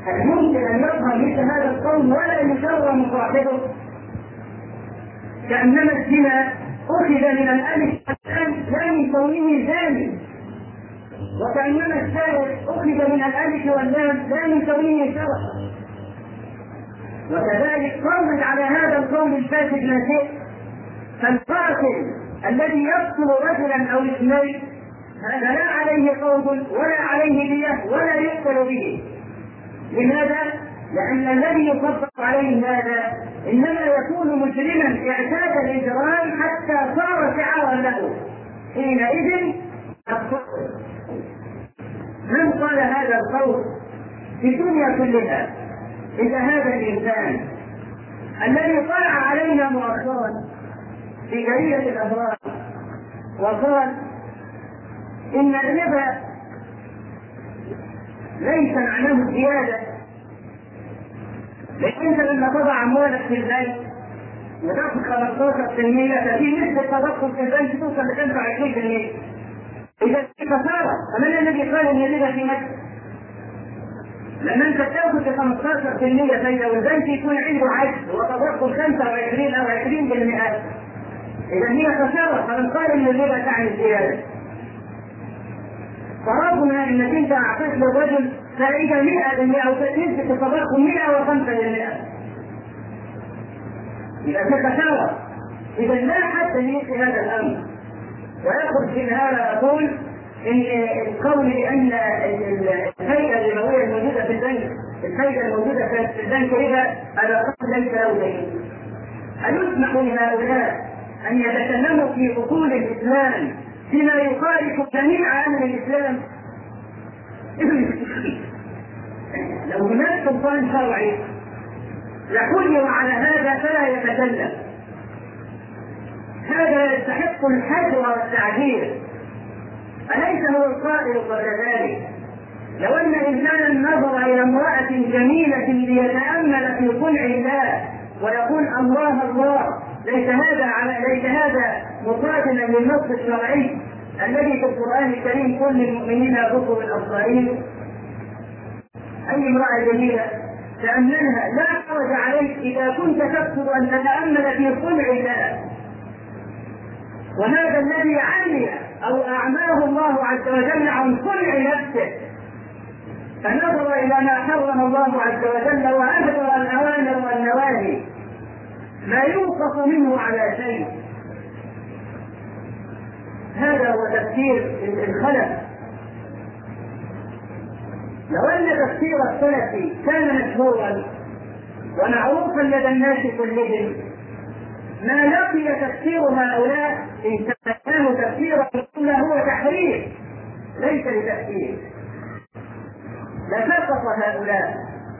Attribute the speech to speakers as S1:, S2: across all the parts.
S1: هل يمكن أن يظهر مثل هذا القول ولا يجرم صاحبه؟ كأنما الزنا أخذ من الألف واللام لا من كونه زاني، وكأنما السارق أخذ من الألف واللام لا من كونه سرقا. وكذلك قومت على هذا القول الفاسد ما شئت، فالقاتل الذي يقتل رجلا أو اثنين هذا لا عليه قول ولا عليه دية ولا يقتل به. لماذا؟ لأن الذي يطبق عليه هذا إنما يكون مجرما اعتاد الإجرام حتى صار شعارا له، حينئذ القتل. من قال هذا القول في الدنيا كلها إذا هذا الإنسان الذي طلع علينا مؤخرا في جريدة الأهرام وقال إن الربا ليس معناه الزيادة، لأنك لما تضع أموالك في البنك وتأخذ 15% ففي نسبة تضخم في البنك توصل ل 25%. إذا في خسارة، فمن الذي قال إن الربا في مكة؟ لما أنت تأخذ 15% فإذا والبنك يكون عنده عجز وتضخم 25 أو 20%، إذا هي خسارة، فمن قال إن الربا تعني الزيادة؟ فرضنا انك انت اعطيت للرجل فائده 100% او نسبه التضخم 105%، يبقى في خساره. اذا لا حتى في هذا الامر. ويخرج من هذا اقول ان القول بان الفائده الربويه الموجوده في البنك، الفائده الموجوده في البنك ربا، هذا قول ليس له دليل. أيسمح لهؤلاء ان يتكلموا في اصول الاسلام فيما يخالف جميع أهل الإسلام؟ لو هناك سلطان شرعي لحجر على هذا فلا يتكلم. هذا يستحق الحجر والتعذير. أليس هو القائل قبل ذلك لو أن إنسانا نظر إلى امرأة جميلة ليتأمل في صنع الله ويقول الله الله، ليس هذا مقاتلا للنص الشرعي الذي في القرآن الكريم كل المؤمنين يغضوا من أبصارهم؟ أي امرأة جميلة تأملها لا حرج عليك إذا كنت تقصد أن تتأمل في صنع الله. وهذا الذي عمي أو أعماه الله عز وجل عن صنع نفسه، فنظر إلى ما حرم الله عز وجل وأهدر الأوامر والنواهي ما يوقف منه على شيء. هذا هو تفسير الخلف. لو أن تفسير السلف كان مشهورا ومعروفا لدى الناس كلهم ما لقي تفسير هؤلاء إن كان تفسيرا إلا هو تحريف ليس لتفسير، لسقط هؤلاء.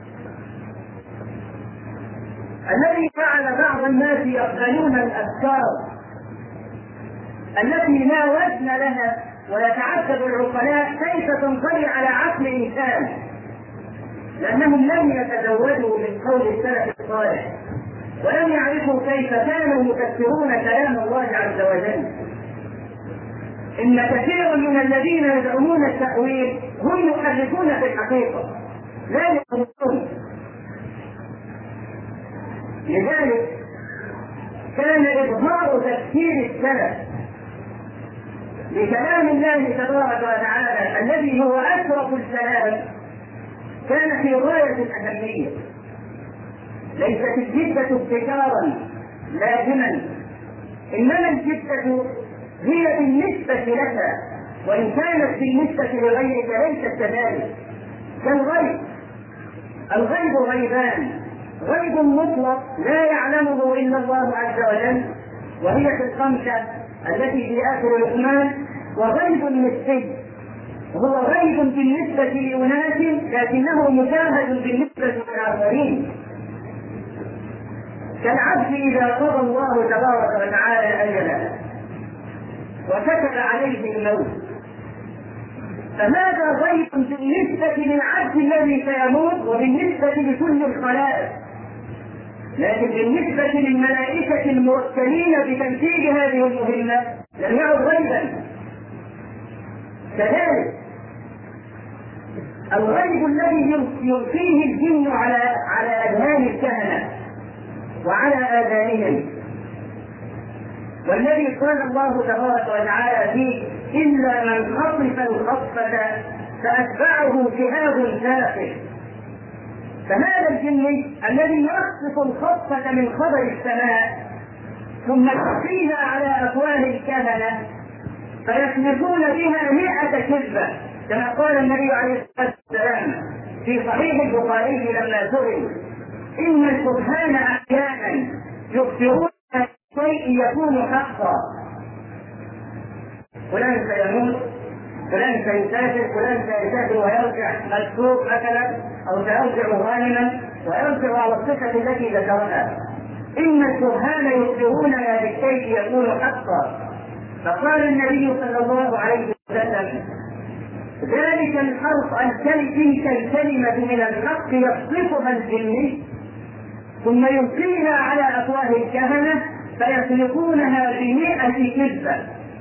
S1: الذي فعل بعض الناس يقبلون الأفكار التي لا وزن لها ويتعجب العقلاء كيف تنطلي على عقل إنسان، لأنهم لم يتزودوا من قول السلف الصالح ولم يعرفوا كيف كانوا يفسرون كلام الله عز وجل. إن كثيرا من الذين يدعون التأويل هم يحرفون في الحقيقة لا يقولون. لذلك كان إظهار تفسير السلف لكلام الله تبارك وتعالى الذي هو أشرف الكلام كان في غاية الأهمية. ليست الجدة ابتكارا لازما، إنما الجدة هي بالنسبة لك، وإن كانت بالنسبة لغيرك ليست كذلك. كالغيب، الغيب غيبان: غيب مطلق لا يعلمه إلا الله عز وجل وهي في الخمسة التي في آخر لقمان، وغيب نسبي هو غيب بالنسبة لأناس لكنه مشاهد بالنسبة للآخرين، كالعبد إذا قضى الله تبارك وتعالى أجله وكتب عليه الموت، فهذا غيب بالنسبة للعبد الذي سيموت وبالنسبة لكل الخلائق، لكن بالنسبة للملائكة الموكلين بتنفيذ هذه المهمة لم يعد غيبا. كذلك الغيب الذي يلقيه الجن على أذهان الكهنة وعلى آذانهم، والذي قال الله تبارك وتعالى فيه: إلا من خطف الخطفة فأتبعه شهاب ثاقب. فهذا الجن الذي يخطف الخطفة من خبر السماء ثم يلقيها على أفواه الكهنة فيخلفون بها 100 كذبة، كما قال النبي عليه الصلاة والسلام في صحيح البخاري لما سئل: إن الكهان أحيانا يخبرون شيء يكون حقا، فلان سيموت، فلان سيسافر، فلان سيسافر ويرجع مسلوب مثلا، أو سيرجع غانما ويرجع على الصفة التي ذكرها. إن الكهان يخبروننا بالشيء يكون حقا. فقال النبي صلى الله عليه وسلم: ذلك الحرف تلك الكلمة من الحق يصرفها الجن ثم يلقيها على أفواه الكهنة فيخلقونها ب100 كذبة،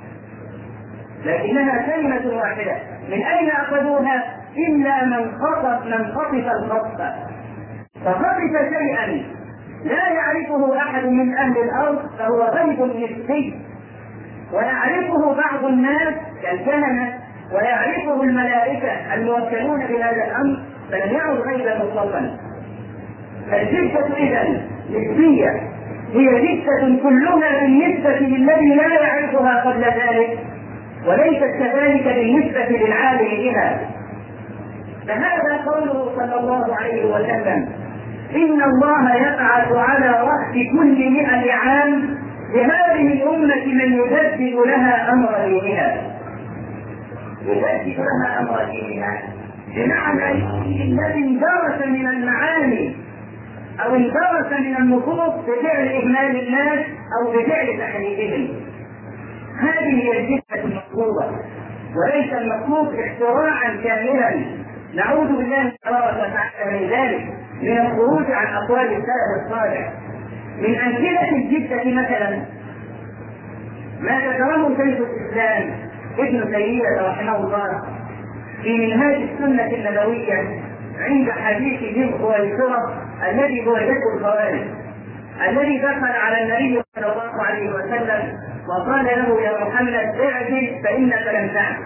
S1: لكنها كلمة واحدة. من أين أخذوها؟ إلا من خطف الخطفة، فخطف شيئا لا يعرفه أحد من أهل الأرض فهو غيب نسبي، ويعرفه بعض الناس كالكهنة، ويعرفه الملائكة الموكلون بهذا الأمر، فلم يعد غيبا مطلقا. فالجثة إذن نسبية، هي جثة كلها بالنسبة للذي لا يعرفها قبل ذلك، وليست كذلك بالنسبة للعالم بها. فهذا قوله صلى الله عليه وسلم: إن الله يبعث على رأس كل 100 عام لهذه الأمة من يجدد لها أمر دينها. يجدد لها أمر دينها بمعنى الذي اندرس من المعاني أو اندرس من النصوص بفعل إهمال الناس أو بفعل تحريفهم. هذه هي الجثة المطلوبة، وليس المطلوب اختراعا كاملا. نعوذ بالله تبارك وتعالى من ذلك، من الخروج عن أقوال السلف الصالح. من أمثلة الجثة مثلا ما ذكره شيخ الإسلام ابن تيمية رحمه الله في منهاج السنة النبوية عند حديث ذي الخويصرة الذي هو جد الخوارج، الذي دخل على النبي صلى الله عليه وسلم وقال له: يا محمد اعدل فإنك لم تعدل.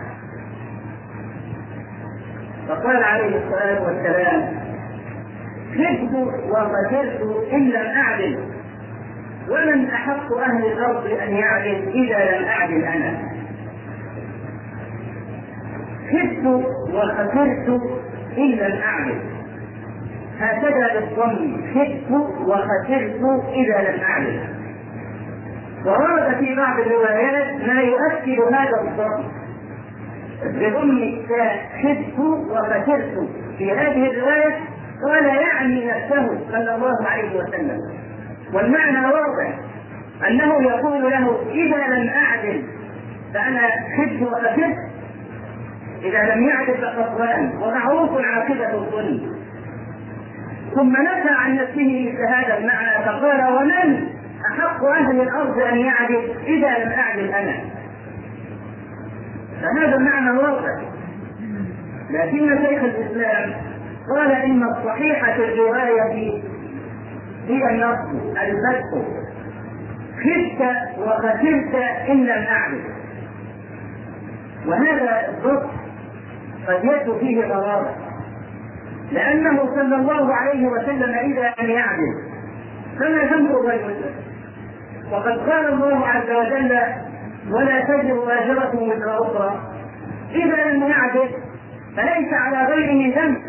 S1: فقال عليه الصلاة والسلام: خبت وخسرت إن لم أعدل، ومن أحق أهل الأرض أن يعدل إذا لم أعدل أنا. خبت وخسرت إن لم أعدل، هكذا بالضم: خبت وخسرت إذا لم أعدل. ورد في بعض الروايات ما يؤكد هذا الضم بضم التاء: خبت وخسرت. في هذه الرواية قال يعني نفسه صلى الله عليه وسلم، والمعنى واضح أنه يقول له: إذا لم أعدل فأنا خبت وخسرت، إذا لم يعدل فخسران، ومعروف عاقبة الظلم. ثم نفى عن نفسه مثل هذا المعنى فقال: ومن أحق أهل الأرض أن يعدل إذا لم أعدل أنا. فهذا المعنى واضح، لكن شيخ الإسلام قال: إن الصحيح في الرواية هي النص الفتح: خبت وخسرت إن لم أعدل. وهذا الضبط قد يكون فيه ضرر، لأنه صلى الله عليه وسلم إذا لم يعدل فما ذنب الرجل؟ وقد قال الله عز وجل: ولا تزر وازرة وزر أخرى. إذا لم يعدل فليس على غيره ذنب،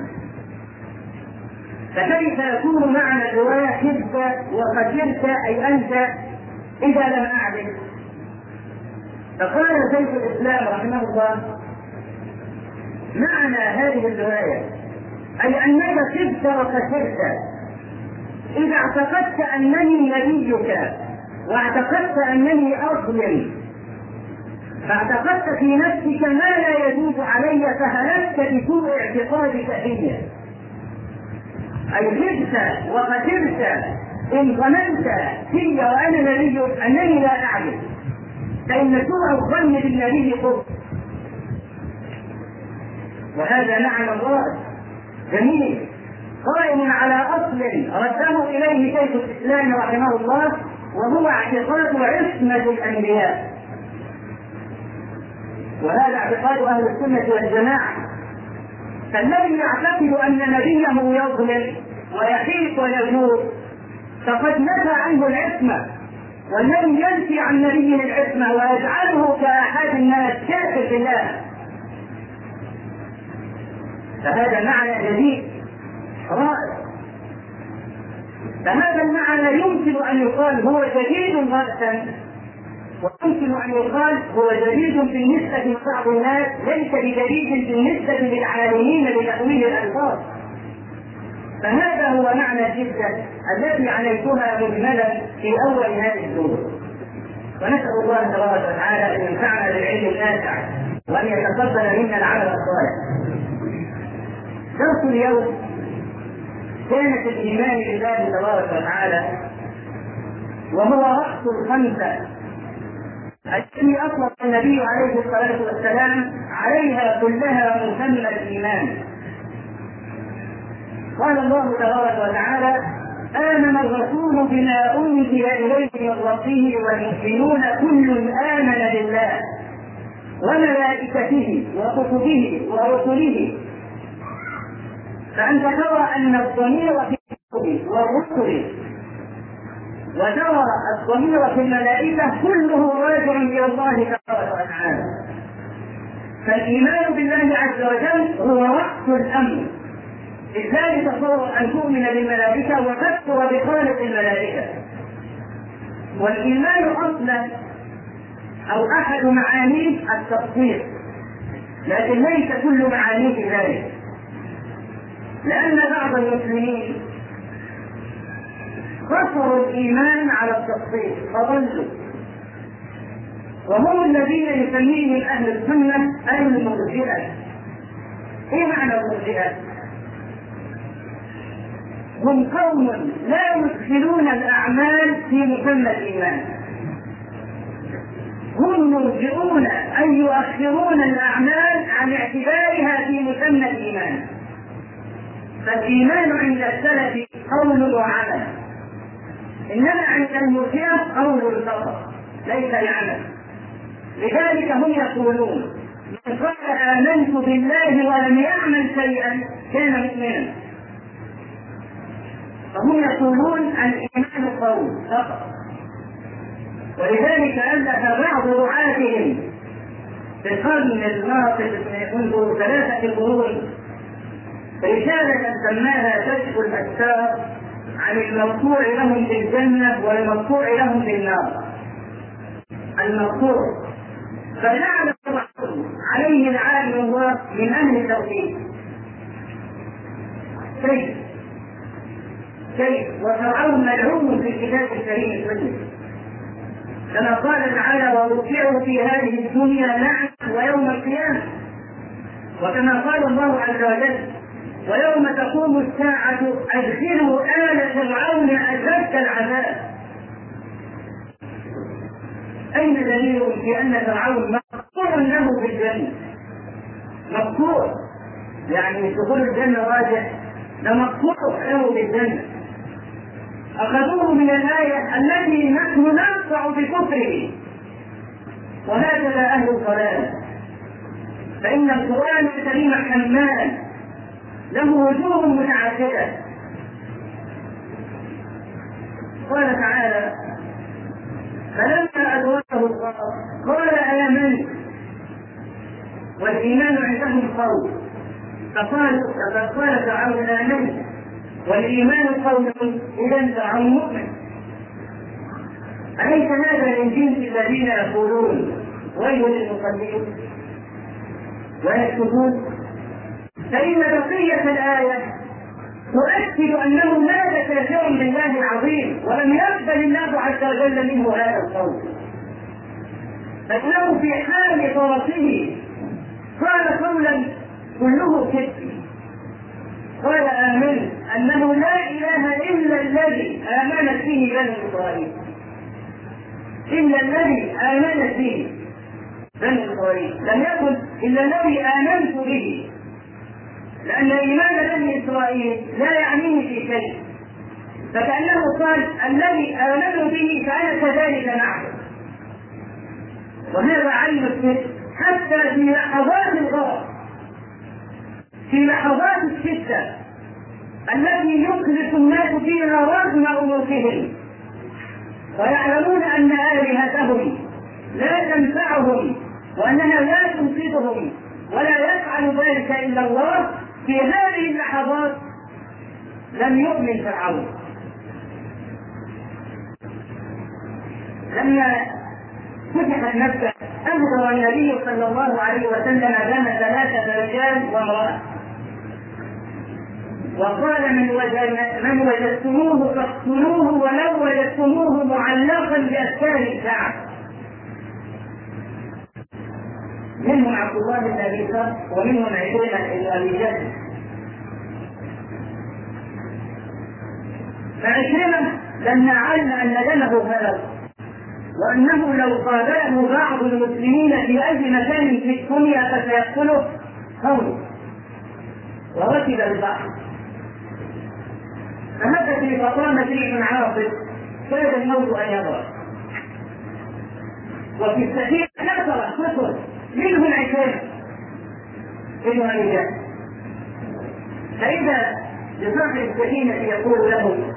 S1: فكيف يكون معنى الرواية خبت وخسرت أي أنت إذا لم أعدل؟ فقال شيخ الإسلام رحمه الله: معنى هذه الرواية أي أنك خبت وخسرت إذا اعتقدت أنني نبيك واعتقدت أنني أظلم، فاعتقدت في نفسك ما لا يجوز علي فهلكت بسوء اعتقادك فيا. أي خبت وخسرت إن ظننت في وأنا نبي أنني لا أعلم، فإن سوء الظن بالنبي كفر. وهذا معنى رائع جميل قائم على أصل رده إليه شيخ الإسلام رحمه الله، وهو اعتقاد عصمة الأنبياء، وهذا اعتقاد أهل السنة والجماعة. فالذي يعتقد أن نبيه يظلم ويحيف ويجور فقد نفى عنه العصمة، والذي ينفي عن نبيه العصمة ويجعله كأحد الناس كافر بالله، فهذا معنى جديد رائع. فهذا المعنى يمكن أن يقال هو جديد رأسا، ويمكن أن يقال هو جديد بالنسبة لبعض الناس، ليس بجديد بالنسبة للعالمين بتأويل الألفاظ. فهذا هو معنى الجدة التي عليتها مجملا في أول هذه الدروس. ونسأل الله تبارك وتعالى أن ينفعنا بالعلم النافع وأن يتقبل منا العمل الصالح. درس اليوم كانت الإيمان بالله تبارك وتعالى، وهو رأس الخمسة التي أطلق النبي عليه الصلاة والسلام عليها كلها مسمى الإيمان. قال الله تبارك وتعالى: آمن الرسول بما أنزل إليه من ربه والمؤمنون كل آمن بالله وملائكته وكتبه ورسله. فأنت ترى أن الضمير في الكتب والرسل وترى الضمير في الملائكة كله راجع إلى الله تبارك وتعالى. فالإيمان بالله عز وجل هو رأس الأمر. لذلك تصور أن تؤمن بالملائكة وتكفر بخالق الملائكة. والإيمان أصلا أو أحد معانيه التصديق، لكن ليس كل معانيه ذلك، لأن بعض المسلمين قصروا الإيمان على التصديق فضلوا، وهم الذين يسميهم أهل السنة المرجئة. إيه معنى المرجئة؟ هم قوم لا يدخلون الأعمال في مسمى الإيمان، هم مرجئون أن يؤخرون الأعمال عن اعتبارها في مسمى الإيمان. فالإيمان عند السلف قول وعمل، إنما عند المرجئة قول فقط ليس العمل. لذلك هم يقولون: من قال آمنت بالله ولم يعمل شيئا كان مؤمنا. فهم يقولون الإيمان قول فقط. ولذلك ألف بعض رعاتهم في القرن الماضي منذ 3 قرون رسالة سماها كشف الأستار عن المقطوع لهم في الجنة والمقطوع لهم في النار. المقطوع فجعل عليه العالم الله من أهل التوحيد. كيف وفرعون ملعون في الكتاب الكريم كله، كما قال تعالى: ورفعوا في هذه الدنيا لعنة ويوم القيامة. وكما قال الله عز وجل: ويوم تقوم الساعة أدخلوا آل فرعون أشد العذاب. أين دليل في أن فرعون مقطوع له بالجنة؟ مقطوع يعني دخول الجنة راجح، لمقطوع له بالجنة. أخذوه من الآية التي نحن نرفع بكفره، وهكذا أهل الضلال. فإن القرآن الكريم حمال له وجوه متعددة. قال تعالى: فلما أدركه الله قال آمنت. والإيمان عندهم قول، فقال فرعون آمنت، والإيمان قول، إذا فرعون مؤمن. أليس هذا من جنس الذين يقولون ويل للمصلين ويكتبون؟ فإن بقية الآية تؤكد أنه مات كافرا بالله العظيم ولم يقبل الله عز وجل منه هذا القول، فإنه في حال طرفه قال قولا كله كذب. قال آمنت أنه لا إله إلا الذي آمنت به بني إسرائيل، إلا الذي آمنت به بني إسرائيل، لم يكن إلا الذي آمنت به. لأن إيمان بني إسرائيل لا يعنيه في شيء، فكأنه قال الذي آمنوا به فأنا كذلك معه. وهذا علم الصدق حتى في لحظات الغرق، في لحظات الشدة التي يخلص الناس فيها رغم أنوفهم ويعلمون أن آلهتهم لا تنفعهم وأنها لا تنقذهم ولا يفعل ذلك إلا الله. في هذه اللحظات لم يؤمن فرعون. لما فتحت مكة أمر النبي صلى الله عليه وسلم بين 3 رجال وامرأة، وقال من وجدتموه فاقتلوه ولو وجدتموه معلقا بأسفار الكعب. منهم عبد الله بن أبي بكر ومنهم عكرمة بن أبي جهل. فعكرمة لما علم أن دمه هلك وأنه لو قابله بعض المسلمين في أي مكان في الدنيا فسيقتله هون وركب البحر، فهبت في فطامة ريح عاصف كاد الموت أن يضرب. وفي السفينة كثر منهم عكرمة بن أبي جهل. فإذا بصاحب السفينة يقول لهم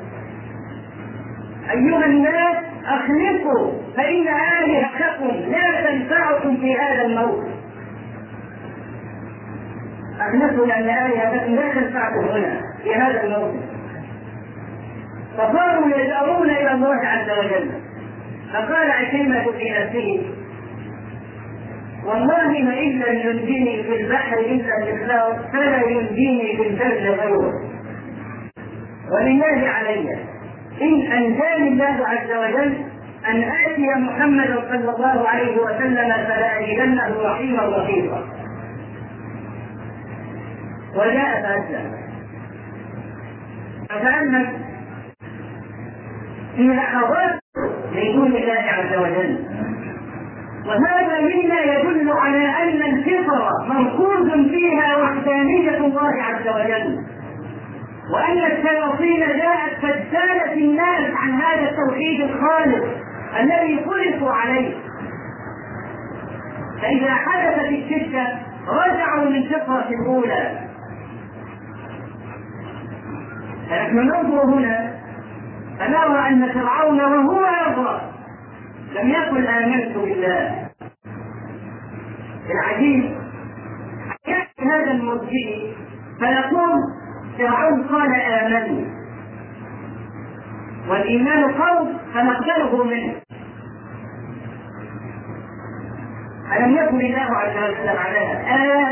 S1: أيها الناس أخلصوا فإن آلهتكم لا تنفعكم في هذا الموت. أخلصوا لأن آلهتكم لا تنفعكم هنا في هذا الموت. فصاروا يجأرون إلى الله عز وجل. فقال عكرمة في نفسه والله ما إن لم ينجيني في البحر إلا الإخلاص فلا ينجيني في البر غيره. ولله علي إن أنجاني الله عز وجل أن آتي محمدا صلى الله عليه وسلم فلأجدنه رحيما رحيما. وجاء فأسلم. فتأمل في لحظات من دون الله عز وجل. وهذا مما يدل على أن الفطرة مركوز فيها وحدانية الله عز وجل، وأن الشياطين جاءت فاجتالت الناس عن هذا التوحيد الخالص الذي خلقوا عليه. فإذا حدثت الشدة رجعوا للفطرة الأولى. فنحن ننظر هنا فنرى أن فرعون وهو يغرق لم يقل آمنت بالله. العجيب يأتي هذا المرجئ فيقول فرعون قال آمنوا، والإيمان قول فنقبله منه. ألم يكن الله عز وجل عليها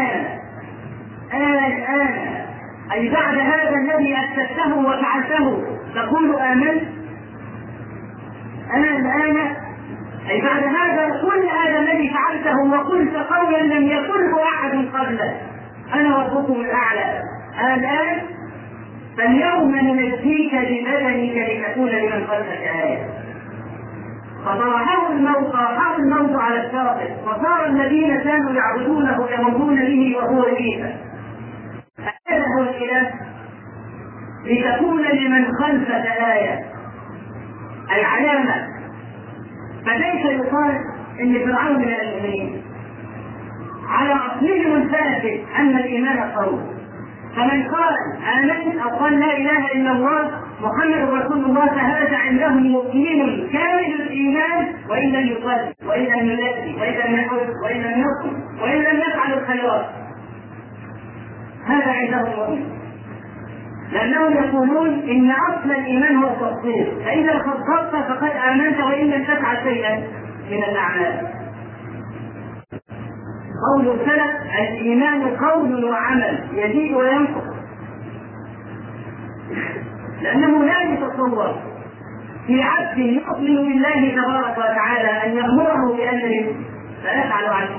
S1: الآن أي بعد هذا الذي أسسته وفعلته تقول آمنت؟ الآن أي بعد هذا كل هذا الذي فعلته وقلت قولا لم يقله أحد قبله أنا ربكم الأعلى الآن؟ فاليوم ننجيك ببدنك لتكون لمن خلفك آية. فطرحه الموت على الشاطئ وصار الذين كانوا يعبدونه يمرون به وهو يريده. هذا هو الإله لتكون لمن خلفك آية أي علامة. فكيف يقال إن فرعون من المؤمنين؟ على أصلهم الفاسد أن الإيمان قول. فمن قال آمنت أو قال لا إله إلا الله محمد رسول الله فهذا عندهم مؤمن كامل الإيمان وإن لم يصلي وإن لم يزكي وإن لم يحج وإن لم يصم وإن لم يفعل الخيرات، هذا عندهم مؤمن. لأنهم يقولون إن أصل الإيمان هو التصديق، فإذا صدقت فقد آمنت وإن لم تفعل شيئا من الأعمال. قول السلف الإيمان قول وعمل يزيد وينقص، لأنه لا يتصور في عبد يؤمن بالله تبارك وتعالى أن يأمره بأمر فيفعل عنه.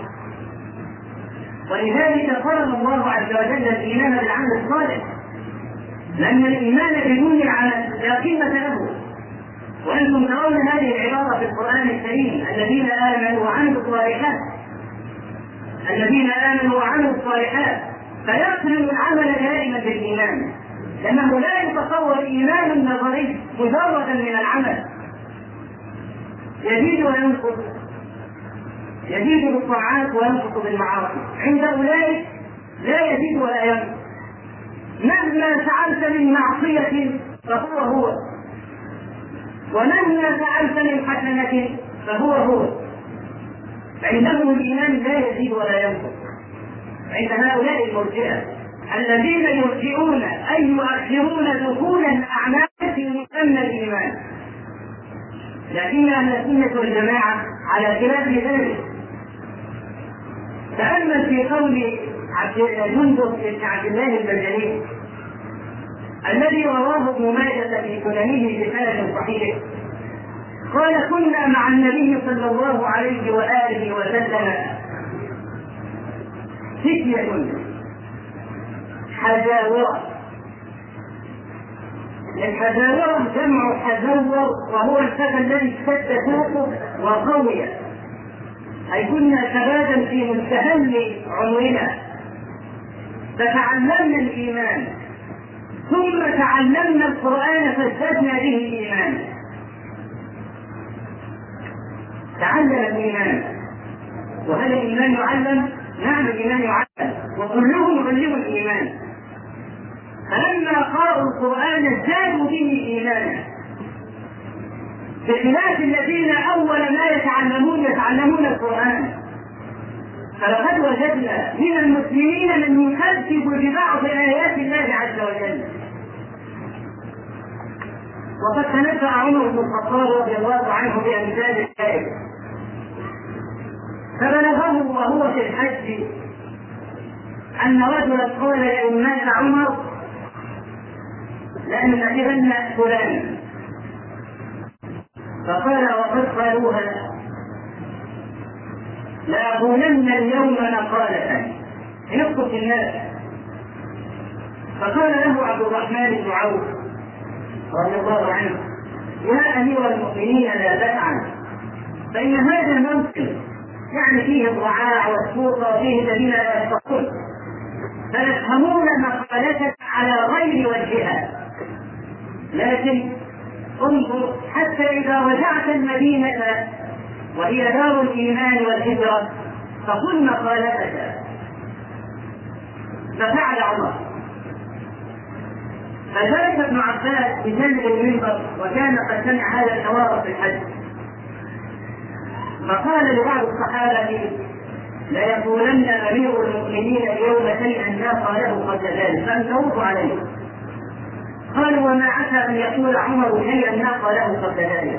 S1: ولذلك قرن الله عز وجل الإيمان بالعمل الصالح، لأن الإيمان بدون العمل لا قيمة له. وأنتم ترون هذه العبارة في القرآن الكريم الذين آمنوا وعملوا الصالحات، الذين آمنوا وعملوا الصالحات فيقرن العمل دائما بالإيمان، لأنه لا يتصور إيمان نظري مجردا من العمل، يزيد وينقص، يزيد بالطاعات وينقص بالمعاصي. عند أولئك لا يزيد ولا ينقص، مهما فعلت من معصية فهو هو، ومهما فعلت من حسنة فهو هو. عندهم الإيمان لا يزيد ولا ينقص. عند هؤلاء المرجئة الذين يرجئون أي يؤخرون دخول الأعمال في مسمى الإيمان، لكن أهل السنة والجماعة على خلاف ذلك. تأمل في قول جندب بن عبد الله البجلي الذي رواه ابن ماجه في سننه بسند صحيح، قال: كنا مع النبي صلى الله عليه وآله وسلم فتية حجاورة. الحجاورة جمع حجور، وهو الفتى الذي اشتد سوقه وقوي، أي كنا شبابا في مستهل عمرنا، فتعلمنا الإيمان ثم تعلمنا القرآن فازددنا به إيمانا. تعلم الإيمان، وهل الإيمان يعلم؟ نعم الإيمان يعلم، وكلهم يعلم الإيمان. فلما قرأوا القرآن ازدادوا به إيمانا، بخلاف الذين أول ما يتعلمون القرآن. فلقد وجدنا من المسلمين من يكذب ببعض آيات الله عز وجل. وقد تنبأ عمر بن الخطاب رضي الله عنه بأمثال الآية، فبلغه وهو في الحج أن رجلا قال: لئن مات عمر لأنتهن فلانا. فقال: وقد قالوها لأقولن اليوم مقالة يسقط الناس. فقال له عبد الرحمن بن عوف رضي الله عنه: يا أمير المؤمنين لا تفعل، فإن هذا الموسم يعني فيه الرعاع والسوق وفيه الذين لا يفقهون، فيفهمون مقالتك على غير وجهها. لكن انظر حتى إذا رجعت المدينة وهي دار الإيمان والهجرة فقل مقالتك. ففعل عمر، فجلس ابن عباس بجانب المنبر وكان قد سمع هذا الحوار في الحج، فقال لبعض الصحابة: ليقولن أمير المؤمنين اليوم شيئا لا قاله قبل ذلك فانكروه عليه. قالوا: وما عسى أن يقول عمر شيئا لا قاله قبل ذلك.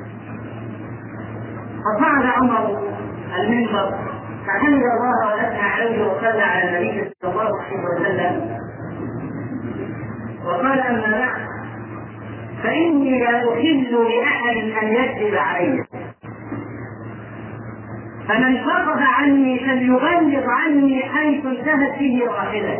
S1: فصعد عمر المنبر فحمد الله وأثنى عليه وصلى على النبي صلى الله عليه وسلم وقال: أما بعد، فإني لا أحل لأحد أن يكذب علي، فمن فقد عني فليبلغ عني حيث انتهت به راحلته،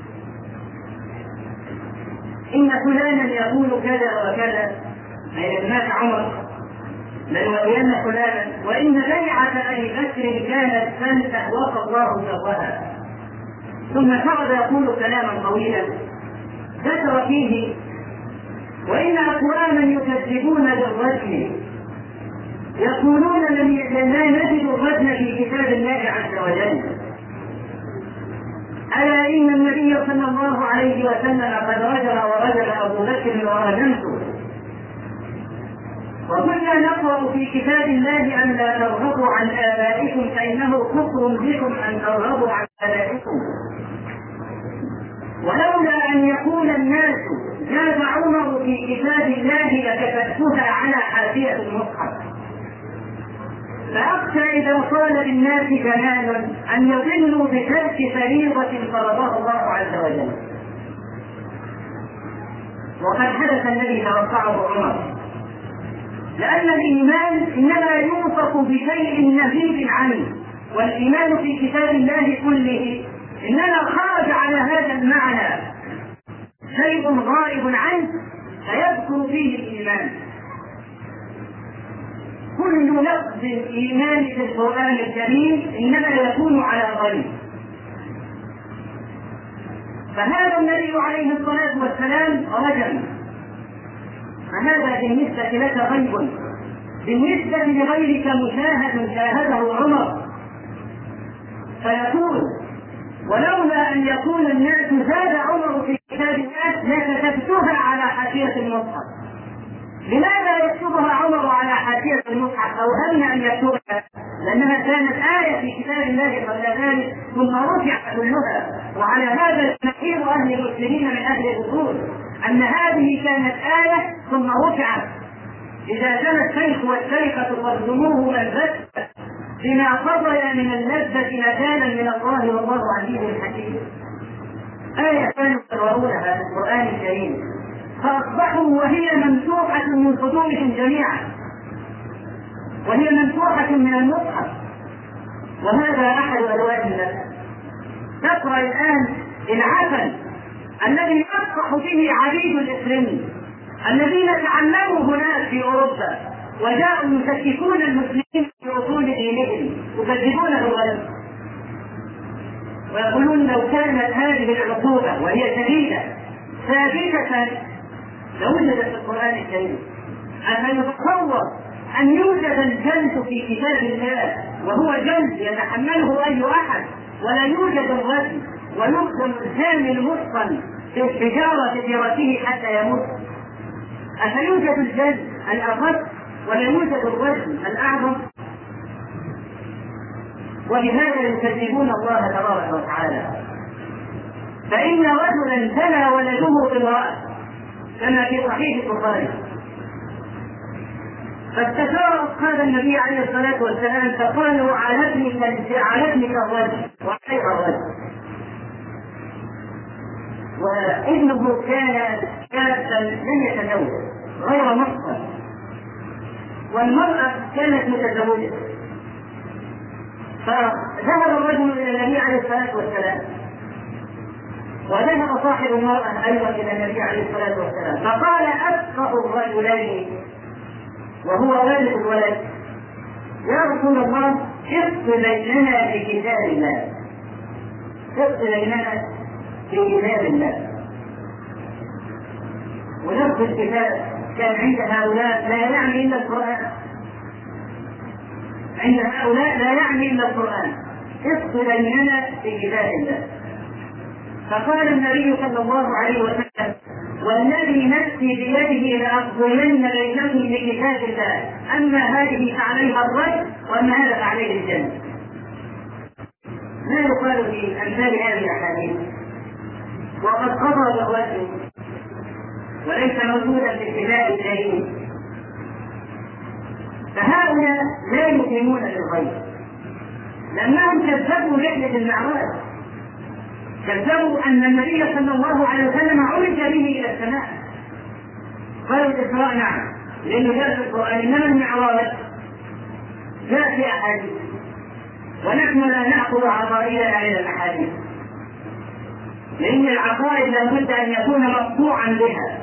S1: إن فلانا يقول كذا وكذا، أي مات عمر لنولين فلانا، وإن بيعة أبي بكر كانت تنفع وقى الله شرها. ثم صعد يقول كلاما طويلا ذكر فيه: وإن أقواما يكذبون بالرجم يقولون لا نجد الرجم في كتاب الله عز وجل، ألا إن النبي صلى الله عليه وسلم قد رجم ورجم أبو بكر ورجمته، وكنا نقرأ في كتاب الله أن لا ترغبوا عن آبائكم فإنه كفر بكم أن ترغبوا عن آبائكم، ولولا أن يقول الناس جاز عمر في كتاب الله لكتبتها على حاشية المصحف، فأخشى إذا قال للناس جنان أن يضلوا بترك فريضة فرضها الله عز وجل. وقد حدث الذي توقعه عمر، لأن الإيمان إنما يوصف بشيء نزيد عنه، والإيمان في كتاب الله كله إنما خرج على هذا المعنى شيء غائب عنه فيذكر فيه الإيمان. كل لفظ الإيمان في القرآن الكريم إنما يكون على غير، فهذا النبي عليه الصلاة والسلام رجل، فهذا بالنسبة لك غيب، بالنسبة لغيرك مشاهد شاهده عمر. فيقول: ولولا أن يكون الناس زاد عمر في كتاب الله لكتبتها على حاشية المصحف. لماذا يكتبها عمر على حاشية المصحف أو أمن أن يكتبها؟ لأنها كانت آية في كتاب الله قبل ذلك ثم رفعت كلها. وعلى هذا تفسير أهل المسلمين من أهل الأصول أن هذه كانت آية ثم رفعت. إذا كان الشيخ والشيخة فارجموه البتة بما قضي من اللذة نكالا من الله والله عزيز حكيم. آية كانوا يقرؤونها في القرآن الكريم فأصبحوا وهي ممسوحة من صدورهم جميعا، وهي ممسوحة من المصحف. وهذا أحد ألوان الناس. تقرأ الآن العفن الذي يفرح به عبيد الإسلام الذين تعلموا هناك في أوروبا وجاءوا يشككون المسلمين في أصول دينهم يكذبونه الغرب ويقولون لو كانت هذه العقوبة وهي شديدة ثابتة لوجدت في القرآن الكريم. أفيتصور أن يوجد الجلد في كتاب الله وهو جلد يتحمله أي أحد، ولا يوجد الرجم ويقدم الزاني المتقن في الحجارة في حتى يموت؟ أفيوجد الجلد الأخف ولا يوجد الرجم الأعظم؟ ولهذا يكذبون الله تبارك وتعالى. فإن رجلا زنى ولده امرأة كما في صحيح البخاري، فاستشار أصحاب النبي عليه الصلاة والسلام فقالوا على ابنك الرجم وعليك الرجم. وابنه كان شابا لم يتزوج غير محصن، والمرأة كانت متزوجة. فذهب الرجل إلى النبي عليه الصلاة والسلام، وذهب صاحب المرأة أيضا إلى النبي عليه الصلاة والسلام، فقال: أفقه الرجلين وهو والد الولد: يا رسول الله اقض بيننا بكتاب الله، اقض بيننا بكتاب الله. ونفس الكتاب كان عند هؤلاء لا يعني إلا القرآن، عند هؤلاء لا يعني إلا القرآن. اقض بيننا بكتاب الله. فقال النبي صلى الله عليه وسلم: والذي نفسي بيده لأقضين بينكم بكتاب الله، أما هذه فعليها الرجل وأما هذا فعليه الجنة. ما يقال في أمثال هذه الأحاديث وقد قضى بالرجل وليس موجودا في الكتاب الكريم؟ فهؤلاء لا يؤمنون بالغيب لأنهم كذبوا رحلة المعراج، كذبوا أن النبي صلى الله عليه وسلم عرج به إلى السماء. قالوا الإسراء نعم لأنه جاء في القرآن، إنما المعراج جاء في أحاديث ونحن لا نأخذ عقائدنا إلى الأحاديث، لأن العقائد لابد أن يكون مقطوعا بها.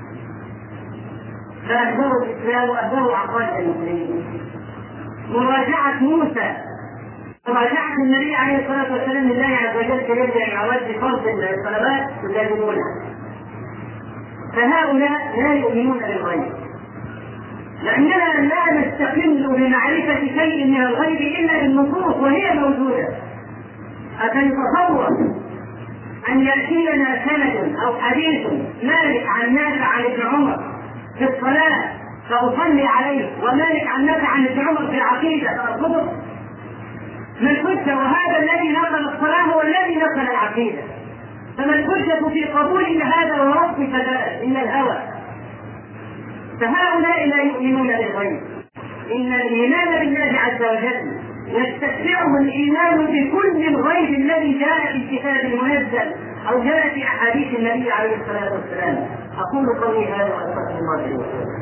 S1: فأهدروا الإسلام وأهدروا عقائد المسلمين. مراجعة موسى، مراجعة النبي عليه الصلاة والسلام لله عز وجل في رجل المعراج بفرض الصلوات يلازمونها. فهؤلاء لا يؤمنون بالغيب لأننا لا نستقل بمعرفة شيء من الغيب إلا بالنصوص وهي موجودة. أتتصور أن يأتي لنا سند أو حديث مالك عن نافع عن ابن عمر في الصلاة فأصلي عليه، ومالك عن نافع عن ابن عمر في العقيدة فأرفضه؟ ما الحجة؟ وهذا الذي نقل الصلاة هو الذي نقل العقيدة، فما الحجة في قبول هذا ورفض فذلك إلا الهوى؟ فهؤلاء لا يؤمنون بالغيب. إن الإيمان بالله عز وجل يستتبعه الإيمان بكل الغيب الذي جاء في الكتاب المنزل أو جاء في أحاديث النبي عليه الصلاة والسلام. أقول قولي هذا وأستغفر الله لي ولكم.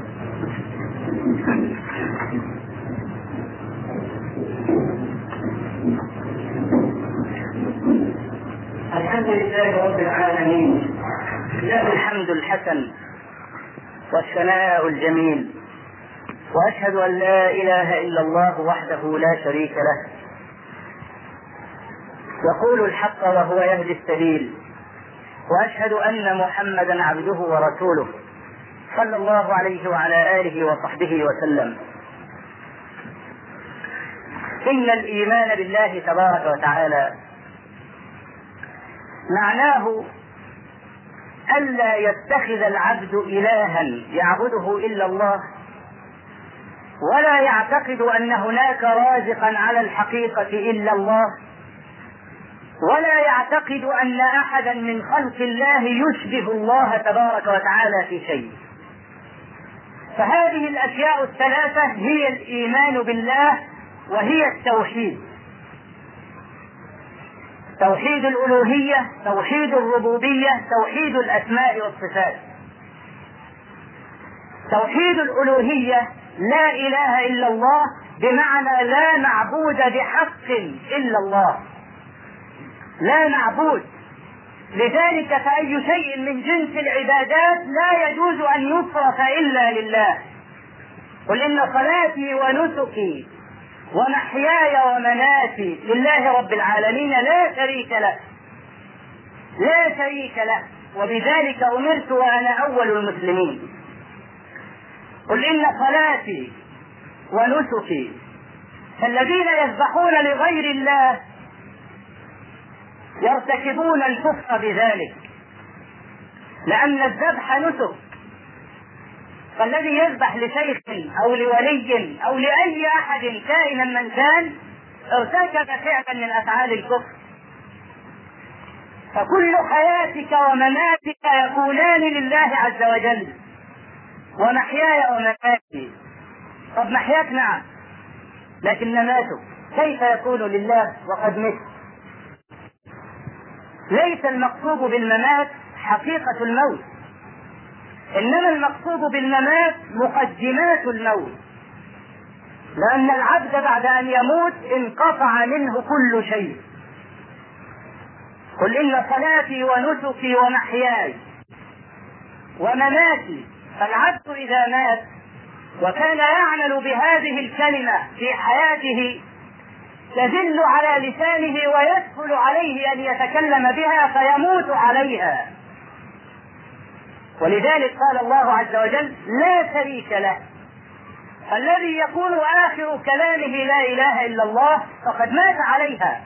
S1: الحمد لله رب العالمين، له الحمد الحسن والثناء الجميل، وأشهد أن لا إله إلا الله وحده لا شريك له، يقول الحق وهو يهدي السبيل،
S2: وأشهد أن محمدا عبده ورسوله صلى الله عليه وعلى آله وصحبه وسلم. إن الإيمان بالله تبارك وتعالى معناه ألا يتخذ العبد إلها يعبده إلا الله، ولا يعتقد أن هناك رازقا على الحقيقة إلا الله، ولا يعتقد أن أحدا من خلق الله يشبه الله تبارك وتعالى في شيء. فهذه الأشياء الثلاثة هي الإيمان بالله، وهي التوحيد: توحيد الألوهية، توحيد الربوبية، توحيد الأسماء والصفات. توحيد الألوهية لا إله إلا الله، بمعنى لا معبود بحق إلا الله، لا معبود. لذلك فأي شيء من جنس العبادات لا يجوز أن يصرف إلا لله. قل إن صلاتي ونسكي ومحياي ومماتي لله رب العالمين لا شريك له، لا شريك له، وبذلك أمرت وأنا أول المسلمين. قل إن صلاتي ونسكي، فالذين يذبحون لغير الله يرتكبون الكفر بذلك، لأن الذبح نسك. فالذي يذبح لشيخ أو لولي أو لأي أحد كائنا من كان ارتكب فعلا من أفعال الكفر. فكل حياتك ومماتك يكونان لله عز وجل، ومحياي ومماتي. طب محياك نعم، لكن مماتك كيف يكون لله وقد مت؟ ليس المقصود بالممات حقيقة الموت، إنما المقصود بالممات مقدمات الموت، لأن العبد بعد أن يموت انقطع منه كل شيء. قل إن صلاتي ونسكي ومحياي ومماتي. فالعبد إذا مات وكان يعمل بهذه الكلمة في حياته تزل على لسانه ويسهل عليه أن يتكلم بها فيموت عليها. ولذلك قال الله عز وجل: لا شريك له. الذي يكون آخر كلامه لا إله إلا الله فقد مات عليها.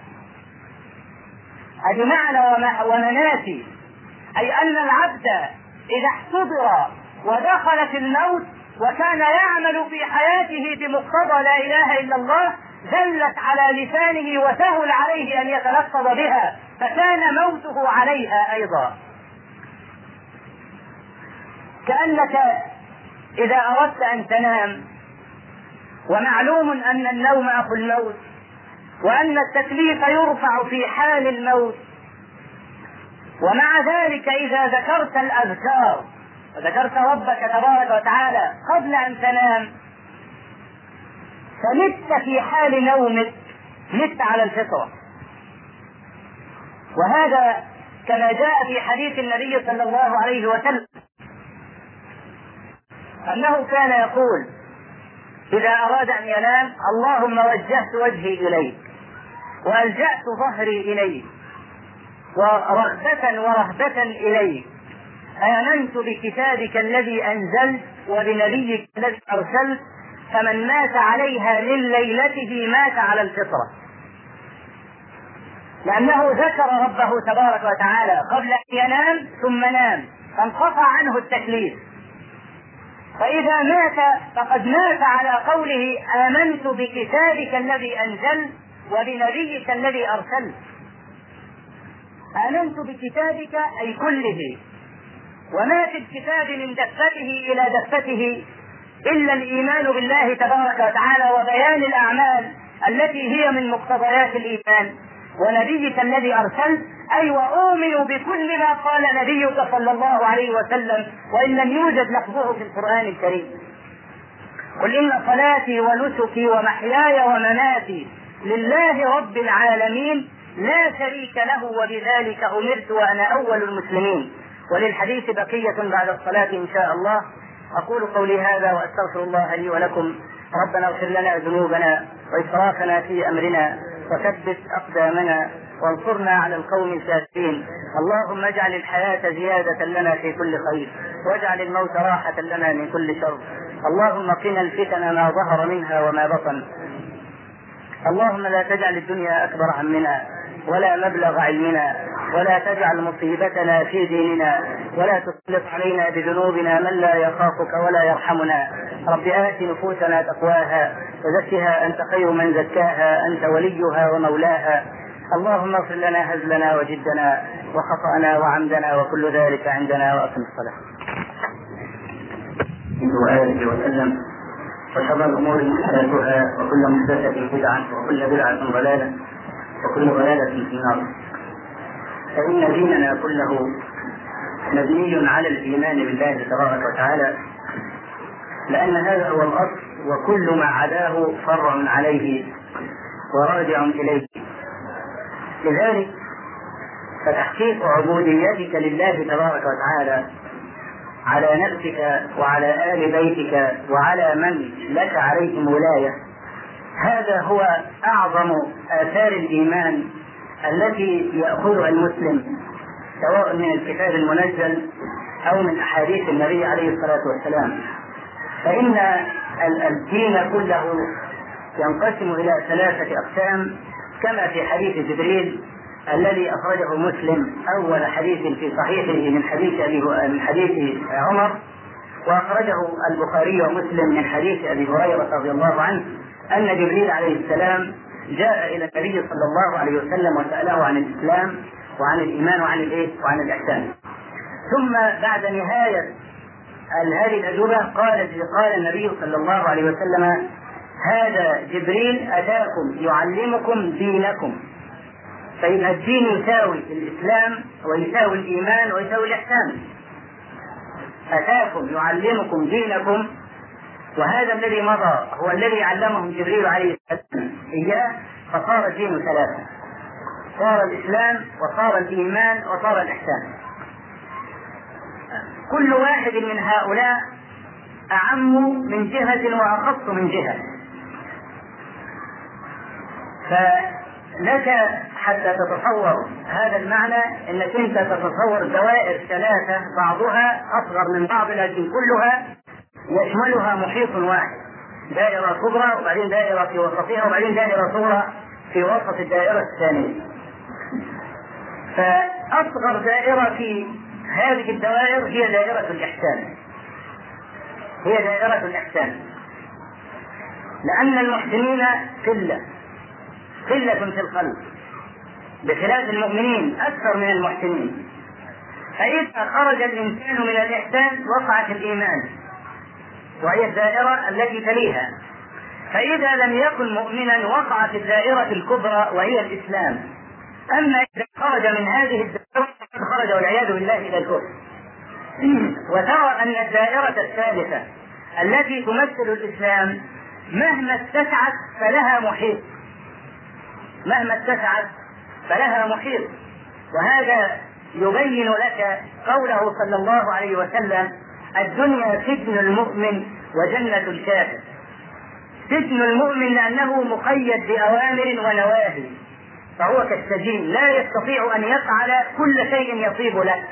S2: هذا معنى ومناتي، أي أن العبد إذا احتضر ودخل في الموت وكان يعمل في حياته بمقتضى لا إله إلا الله دلت على لسانه وسهل عليه أن يتلفظ بها، فكان موته عليها أيضا. كأنك إذا أردت أن تنام، ومعلوم أن النوم أخو الموت، وأن التكليف يرفع في حال الموت، ومع ذلك إذا ذكرت الأذكار وذكرت ربك تبارك وتعالى قبل أن تنام فمت في حال نومك، مت على الفطرة. وهذا كما جاء في حديث النبي صلى الله عليه وسلم أنه كان يقول إذا أراد أن ينام: اللهم وجهت وجهي إليك وألجأت ظهري إليك ورغبة ورهبة إليك، آمنت بكتابك الذي أنزلت وبنبيك الذي أرسلت، فمن مات عليها من ليلته مات على الفطرة. لأنه ذكر ربه تبارك وتعالى قبل أن ينام ثم نام فانقطع عنه التكليف. فإذا مات فقد مات على قوله: آمنت بكتابك الذي أنزلت وبنبيك الذي أرسلت. آمنت بكتابك أي كله، وما في الكتاب من دفته إلى دفته إلا الإيمان بالله تبارك وتعالى وبيان الأعمال التي هي من مقتضيات الإيمان، ونبيك الذي أرسلت أي وأؤمن بكل ما قال نبيك صلى الله عليه وسلم وإن لم يوجد لفظه في القرآن الكريم. قل إن صلاتي ونسكي ومحياي ومماتي لله رب العالمين لا شريك له وبذلك أمرت وأنا أول المسلمين. وللحديث بقية بعد الصلاة إن شاء الله. أقول قولي هذا وأستغفر الله لي ولكم. ربنا اغفر لنا ذنوبنا وإسرافنا في أمرنا وثبت أقدامنا وانصرنا على القوم الكافرين. اللهم اجعل الحياة زيادة لنا في كل خير، واجعل الموت راحة لنا من كل شر. اللهم قنا الفتن ما ظهر منها وما بطن. اللهم لا تجعل الدنيا أكبر همنا ولا مبلغ علمنا، ولا تجعل مصيبتنا في ديننا، ولا تسلط علينا بذنوبنا من لا يخافك ولا يرحمنا. رب آت نفوسنا تقواها وزكها أنت خير من زكاها، أنت وليها ومولاها. اللهم اغفر لنا هزلنا وجدنا وخطأنا وعمدنا وكل ذلك عندنا، وأقم الصلاة. وآله وسلم. وشر الأمور محدثاتها، وكل محدثة بدعة، وكل بدعة ضلالة، وكل ضلالة في النار. فإن ديننا كله مبني على الإيمان بالله تبارك وتعالى، لأن هذا هو الأصل، وكل ما عداه فرع عليه وراجع إليه. لذلك فتحقيق عبوديتك لله تبارك وتعالى على نفسك وعلى آل بيتك وعلى من لك عليهم ولاية، هذا هو أعظم آثار الإيمان التي يأخذها المسلم، سواء من الكتاب المنزل أو من أحاديث النبي عليه الصلاة والسلام. فإن الدين كله ينقسم إلى 3 أقسام، كما في حديث جبريل الذي أخرجه مسلم أول حديث في صحيحه من حديث عمر، وأخرجه البخاري ومسلم من حديث أبي هريرة رضي الله عنه أن جبريل عليه السلام جاء إلى النبي صلى الله عليه وسلم وسأله عن الإسلام وعن الإيمان وعن الإحسان. ثم بعد نهاية هذه الأجوبة قال النبي صلى الله عليه وسلم: هذا جبريل أتاكم يعلمكم دينكم. فإن الدين يساوي الإسلام ويساوي الإيمان ويساوي الإحسان. أتاكم يعلمكم دينكم، وهذا الذي مضى هو الذي علمهم جبريل عليه السلام إياه، فصار الدين 3: صار الإسلام وصار الإيمان وصار الإحسان. كل واحد من هؤلاء أعم من جهة وأخص من جهة. فلك حتى تتصور هذا المعنى أنك أنت تتصور دوائر 3 بعضها أصغر من بعض، لكن كلها يشملها محيط واحد، دائرة كبرى وبعدين دائرة في وسطها وبعدين دائرة صغرى في وسط الدائرة الثانية. فأصغر دائرة في هذه الدوائر هي دائرة الإحسان، لأن المحسنين قلة في الخلق، بخلاف المؤمنين أكثر من المحسنين. فإذا خرج الإنسان من الإحسان وقع في الإيمان، وهي الدائرة التي تليها. فإذا لم يكن مؤمنا وقع في الدائرة الكبرى وهي الإسلام. أما إذا خرج من هذه الدائرة خرج والعياذ بالله إلى الكفر. وترى أن الدائرة الثالثة التي تمثل الإسلام مهما اتسعت فلها محيط، وهذا يبين لك قوله صلى الله عليه وسلم: الدنيا سجن المؤمن وجنة الكافر. سجن المؤمن لأنه مقيد بأوامر ونواهي، فهو كالسجين لا يستطيع أن يفعل كل شيء يصيب له.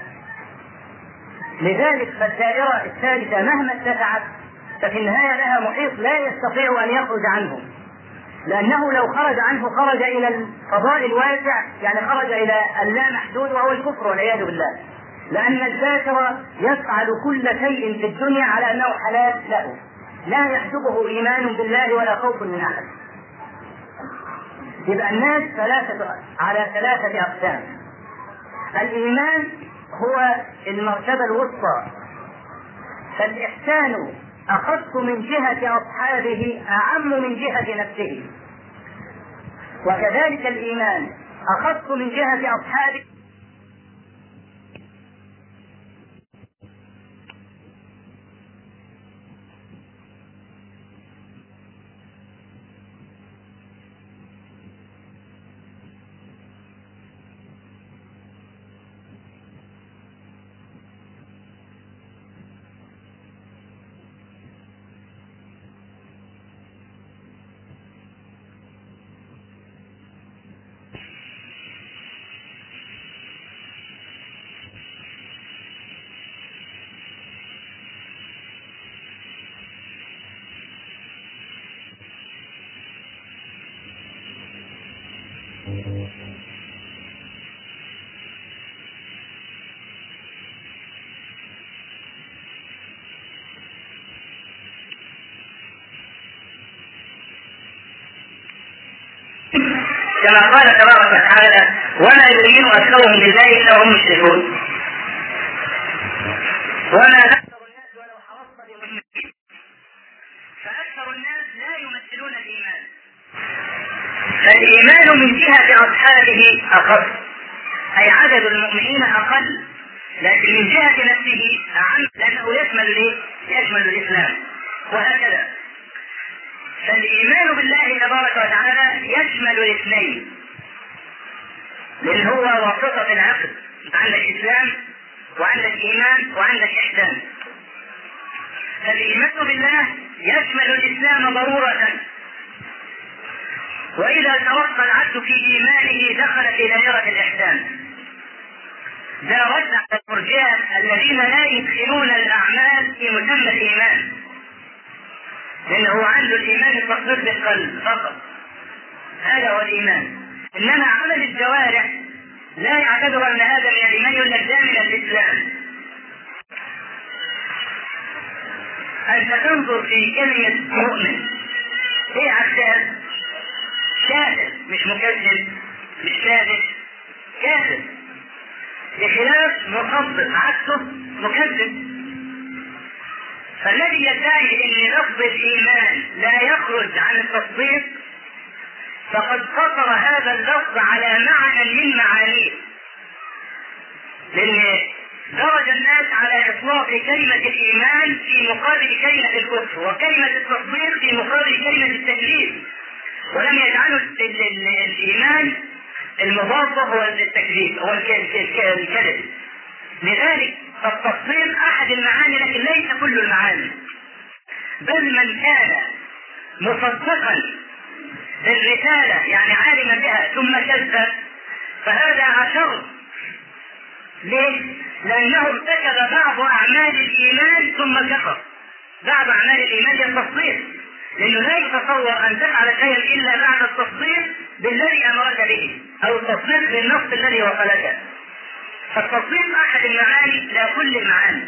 S2: لذلك فالدائرة الثالثة مهما اتسعت ففي النهاية لها محيط لا يستطيع أن يخرج عنه، لأنه لو خرج عنه خرج إلى الفضاء الواسع، يعني خرج إلى اللامحدود وهو الكفر والعياذ بالله. لأن الكافر يفعل كل شيء في الدنيا على أنه حلال له، لا يحجبه إيمان بالله ولا خوف من أحد. يبقى الناس على 3 أقسام. الإيمان هو المرتبة الوسطى، فالإحسان أخص من جهة أصحابه أعم من جهة نفسه، وكذلك الإيمان أخص من جهة أصحابه كما قال تبارك وتعالى وما يؤمن أكثرهم بالله إلا وهم مشركون. وما أكثر الناس ولو حرصت بمؤمنين، فأكثر الناس لا يمثلون الإيمان. فالإيمان من جهة أصحابه أقل، أي عدد المؤمنين أقل، لكن من جهة نفسه أعم، لأنه يشمل الإسلام وهكذا. فالإيمان بالله تبارك وتعالى يشمل الاثنين، لأن هو واسطة العقد، عندك إسلام وعندك إيمان وعندك إحسان. فالإيمان بالله يشمل الإسلام ضرورة، وإذا ترقى العبد في إيمانه دخل في دائرة الإحسان. ده رد على المرجئة الذين لا يدخلون الأعمال في مسمى الإيمان، لأنه عنده الإيمان التصديق بالقلب فقط، هذا هو الإيمان. إنما عمل الجوارح لا يعتبر أن هذا من الإيمان ولا من الإسلام. أنت تنظر في كلمة مؤمن، إيه عكسها؟ كافر، مش مكذب، مش كاذب، كافر، بخلاف مخبط عكسه مكذب. فالذي يدعي ان لفظ الايمان لا يخرج عن التصديق فقد قصر هذا اللفظ على معنى من معانيه، لان درج الناس على اطلاق كلمة الايمان في مقابل كلمة الكفر، وكلمة التصديق في مقابل كلمة التكذيب، ولم يجعلوا الايمان المضاد هو التكذيب، هو الكذب. لذلك التصديق احد المعاني لكن ليس كل المعاني، بل من كان مصدقا بالرسالة يعني عالما بها ثم كذب فهذا أشر. ليه؟ لأنه ارتكب بعض أعمال الإيمان ثم كفر. بعض أعمال الإيمان هي التصديق، لأنه لا يتصور أن تفعل شيئا إلا بعد التصديق بالذي أمرك به أو التصديق بالنص الذي وصلك. فالتصديق أحد المعاني لا كل المعاني.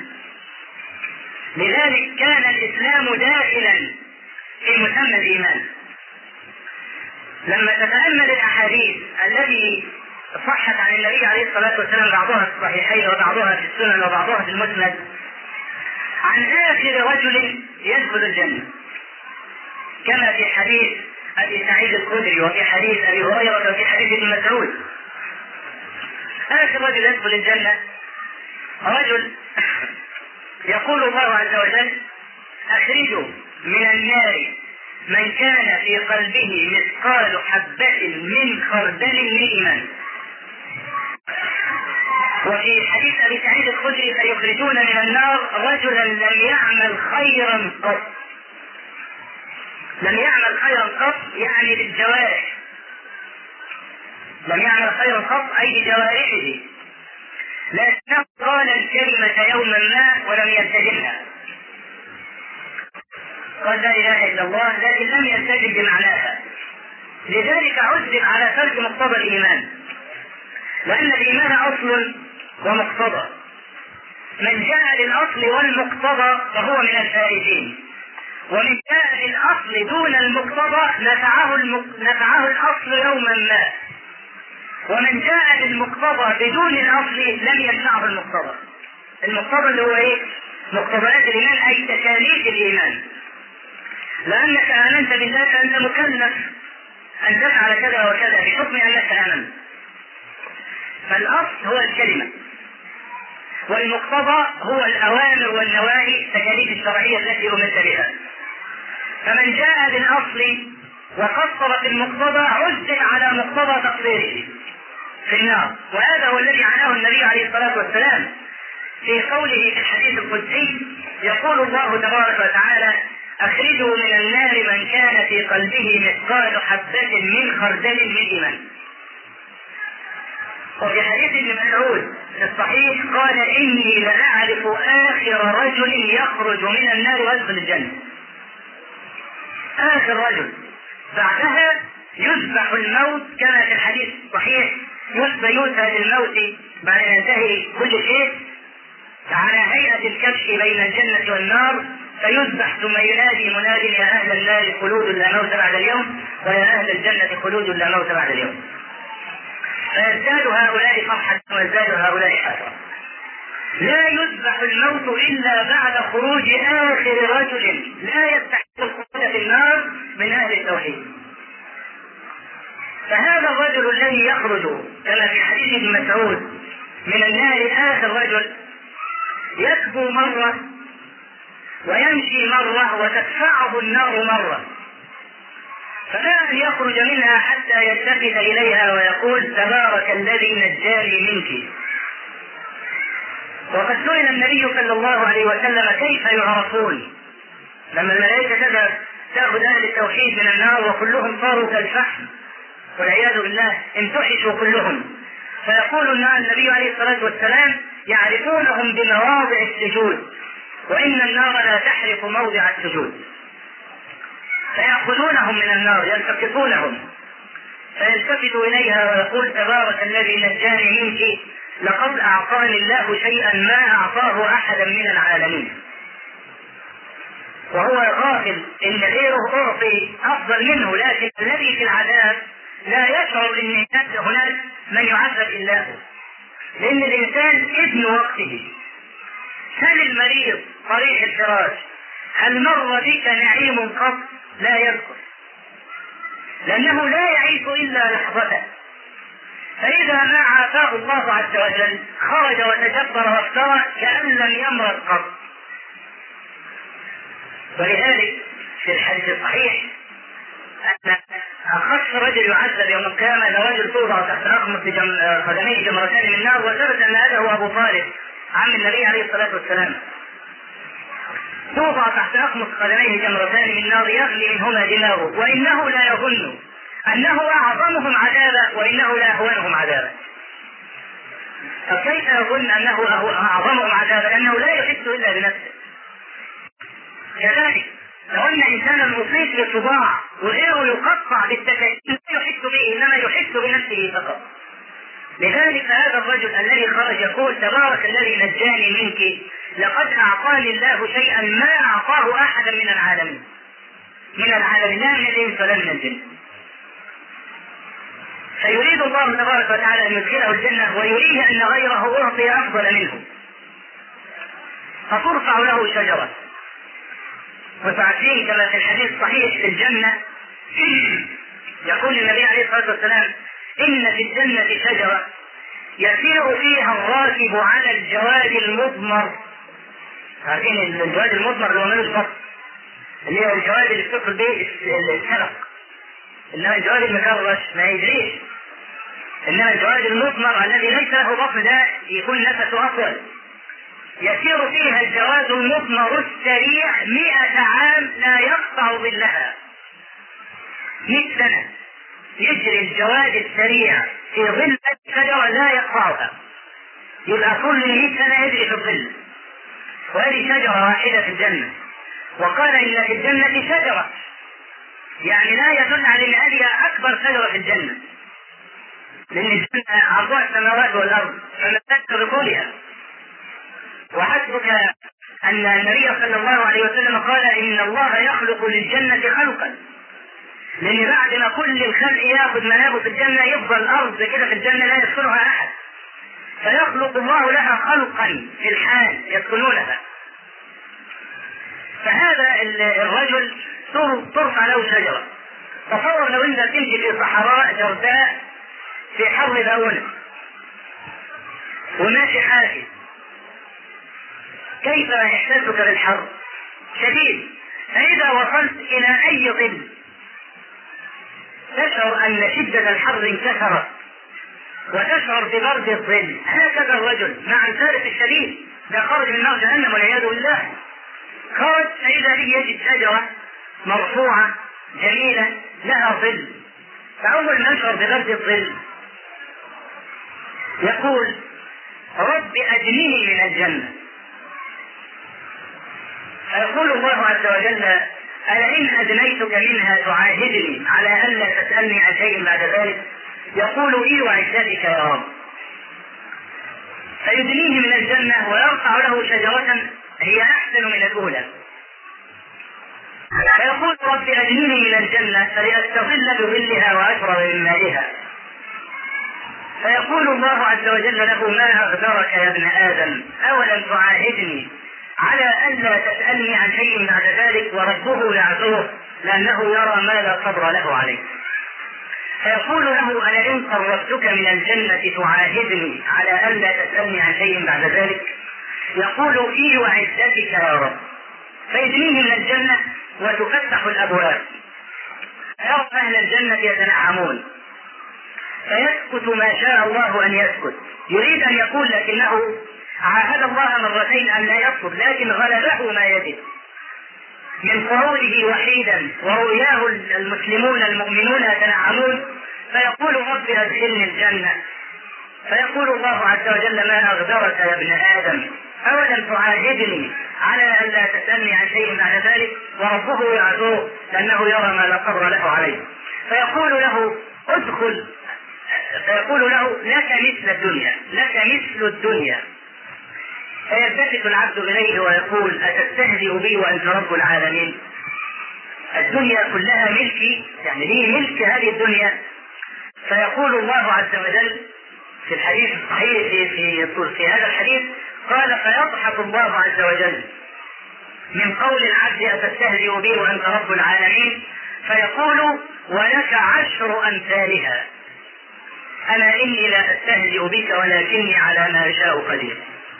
S2: لذلك كان الإسلام داخلا في مسمى الإيمان. لما تتأمل الأحاديث التي صحت عن النبي عليه الصلاة والسلام، بعضها في الصحيحين وبعضها في السنن وبعضها في المسند، عن آخر رجل يدخل الجنة، كما في حديث أبي سعيد الخدري وفي حديث أبي هريرة وفي حديث ابن مسعود. آخر رجل يدخل الجنة رجل يقول الله عز وجل: أخرجوا من النار من كان في قلبه مثقال حبة من خردل من إيمان. وفي حديث أبي سعيد الخدري: فيخرجون من النار رجلا لم يعمل خيرا قط. لم يعمل خيرا قط يعني بالجوارح، لم يعمل خيرا قط أي بجوارحه، لكنه قال الكلمة يوما ما ولم يلتزمها، قال لا إله إلا الله لكن لم يلتزم بمعناها. لذلك عذب على ترك مقتضى الإيمان، لأن الإيمان أصل ومقتضى. من جاء للأصل والمقتضى فهو من الفائزين، ومن جاء للأصل دون المقتضى نفعه الأصل يوما ما، ومن جاء للمقتضى بدون الأصل لم ينفعه المقتضى. المقتضى اللي هو إيه؟ مقتضيات الإيمان أي تكاليف الإيمان. لأنك آمنت بالله فأنت مكلف أن تفعل كذا وكذا بحكم أنك آمنت. فالأصل هو الكلمة، والمقتضى هو الأوامر والنواهي التكاليف الشرعية التي أمرت بها. فمن جاء بالأصل وقصر في المقتضى عذب على مقتضى تقصيره في النار. وهذا هو الذي عناه النبي عليه الصلاة والسلام في قوله في الحديث القدسي: يقول الله تبارك وتعالى: أخرجوا من النار من كان في قلبه مثقال حبة من خردل من إيمان. وفي حديث ابن مسعود في الصحيح قال: إني لأعرف آخر رجل يخرج من النار ويدخل الجنة. آخر رجل، بعدها يذبح الموت كما في الحديث الصحيح: يؤتى للموت بعد أن ينتهي كل شيء على هيئة الكبش بين الجنة والنار، فيذبح ثم ينادي مناد يا أهل النار خلود لا موت بعد اليوم ويا أهل الجنة خلود لا موت بعد اليوم. فيزداد هؤلاء فرحة ويزداد هؤلاء حسرة. لا يذبح الموت إلا بعد خروج آخر رجل لا يستحق الخلود في النار من أهل التوحيد. فهذا الرجل الذي يخرج كما في حديث ابن مسعود من النار آخر رجل يكبو مرة ويمشي مرة وتدفعه النار مرة، فلا أن يخرج منها حتى يلتفت إليها ويقول تبارك الذي نجاني منك. وقد سئل النبي صلى الله عليه وسلم كيف يعرفون لما الملائكة تأخذ أهل التوحيد من النار وكلهم صاروا كالفحم والعياذ بالله انتحشوا كلهم، فيقول النبي عليه الصلاة والسلام يعرفونهم بمواضع السجود وإن النار لا تحرق موضع السجود، فيأخذونهم من النار يلتقطونهم فيلتفت إليها ويقول تبارك الذي نجاني منك لقد أعطاني الله شيئا ما أعطاه أحدا من العالمين. وهو غافل إن غيره أعطي أفضل منه، لكن الذي في العذاب لا يشعر إن هناك من يعذب إلا هو، لأن الإنسان ابن وقته. هل المريض طريح الفراش هل مر بك نعيم قط؟ لا يذكر، لأنه لا يعيش إلا لحظته، فإذا ما عافاه الله عز وجل خرج وتجبر وافترى كأن لم يمرض قط. ولذلك في الحديث الصحيح أن أخص رجل يعذب يوم القيامة لرجل توضع تحت أخمص قدميه جمرتان من النار، وثبت أن هذا هو أبو طالب عم النبي عليه الصلاة والسلام. توضع تحت أخمص قدميه جمرتان من النار يغلي منهما دماغه، وإنه لا يظن أنه أعظمهم عذابا وإنه لا أهونهم عذابا. فكيف يظن أنه أعظمهم عذابا؟ لأنه لا يحس إلا بنفسه. كذلك لو أن إنسانا مصيب بصداع وغيره يقطع بالتكاليف لا يحس به، إنما يحس بنفسه فقط. لذلك هذا الرجل الذي خرج يقول تبارك الذي نجاني منك لقد أعطاني الله شيئا ما أعطاه أحدا من العالمين، لا من الإنس ولا من الجن. فيريد الله تبارك وتعالى أن يدخله الجنة ويريه أن غيره أعطي أفضل منه، فترفع له شجرة. وتعرفين كما في الحديث الصحيح في الجنة يقول النبي عليه الصلاة والسلام إن في الجنة شجرة يسير فيها الراكب على الجواد المضمر. عارفين الجواد المضمر اللي هو ملوش بطن، اللي هو الجواد اللي بتدخل به السلق، إنما الجواد المكرش ما يجريش، إنما الجواد المضمر الذي ليس له بطن ده يكون نفسه أطول. يسير فيها الجواد المضمر السريع 100 عام لا يقطع ظلها. 100 سنة يجري الجواد السريع في ظل الشجرة لا يقطعها، يبقى كل 100 سنة يجري في الظل. وهذه شجرة واحدة في الجنة. وقال إن في الجنة شجرة، يعني لا يدل على أن هذه أكبر شجرة في الجنة، لأن الجنة عرضها السماوات والأرض فمسكت بطولها. وحسبك أن النبي صلى الله عليه وسلم قال إن الله يخلق للجنة خلقا، لأن بعد ما كل الخلق يأخذ منابه في الجنة يفضل الأرض كده في الجنة لا يدخلها أحد، فيخلق الله لها خلقا في الحال يدخلونها. فهذا الرجل ترفع له شجرة. تصور لو أنت تمشي في صحراء جرداء في حر باونة وماشي حافي، كيف إحساسك بالحر؟ شديد. فإذا وصلت إلى أي ظل تشعر أن شدة الحر انكسرت وتشعر ببرد الظل. هكذا الرجل مع الفارق الشديد ده خرج من نار جهنم والعياذ بالله، خرج فإذا به يجد شجرة مرفوعة جميلة لها ظل، فأول ما يشعر ببرد الظل يقول رب أدنني من الجنة. فيقول الله عز وجل ألئن أدنيتك منها تعاهدني على ألا تسألني عن شيء بعد ذلك؟ يقول إي وعزتك يا رب. فيدنيه من الجنة ويرفع له شجرة هي أحسن من الأولى، رب أدنيني من الجنة فلأستظل بظلها وأشرب من مائها. فيقول الله عز وجل له: ما أغدرك يا ابن آدم، أولم تعاهدني على ألا تسألني عن شيء بعد ذلك؟ وربه يعذره لأنه يرى ما لا صبر له عليه. فيقول له: أنا إن قربتك من الجنة تعاهدني على ألا تسألني عن شيء بعد ذلك؟ يقول: في وعزتك يا رب. فيدنيه من الجنة وتفتح الأبواب، يرى أهل الجنة يتنعمون، فيسكت ما شاء الله أن يسكت. يريد أن يقول لكنه عاهد الله مرتين أن لا يسكت، لكن غلبه ما يجد من قروره وحيدا ورؤياه المسلمون المؤمنون يتنعمون، فيقول: رب أدخلني الجنة. فيقول الله عز وجل: ما أغدرك يا ابن آدم، أولم تعاهدني على أن لا تسألني عن شيء بعد ذلك؟ وربه يعذره لأنه يرى ما لا صبر له عليه. فيقول له: ادخل. فيقول له: لك مثل الدنيا، لك مثل الدنيا. فيلتفت العبد إليه ويقول: أتستهزئ بي وأنت رب العالمين؟ الدنيا كلها ملكي، يعني لي ملك هذه الدنيا. فيقول الله عز وجل في الحديث الصحيح في هذا الحديث قال: فيضحك الله عز وجل من قول العبد أتستهزئ بي وأنت رب العالمين، فيقول: ولك 10 أمثالها، أنا إني لا أستهزئ بك ولكني على ما أشاء قدير.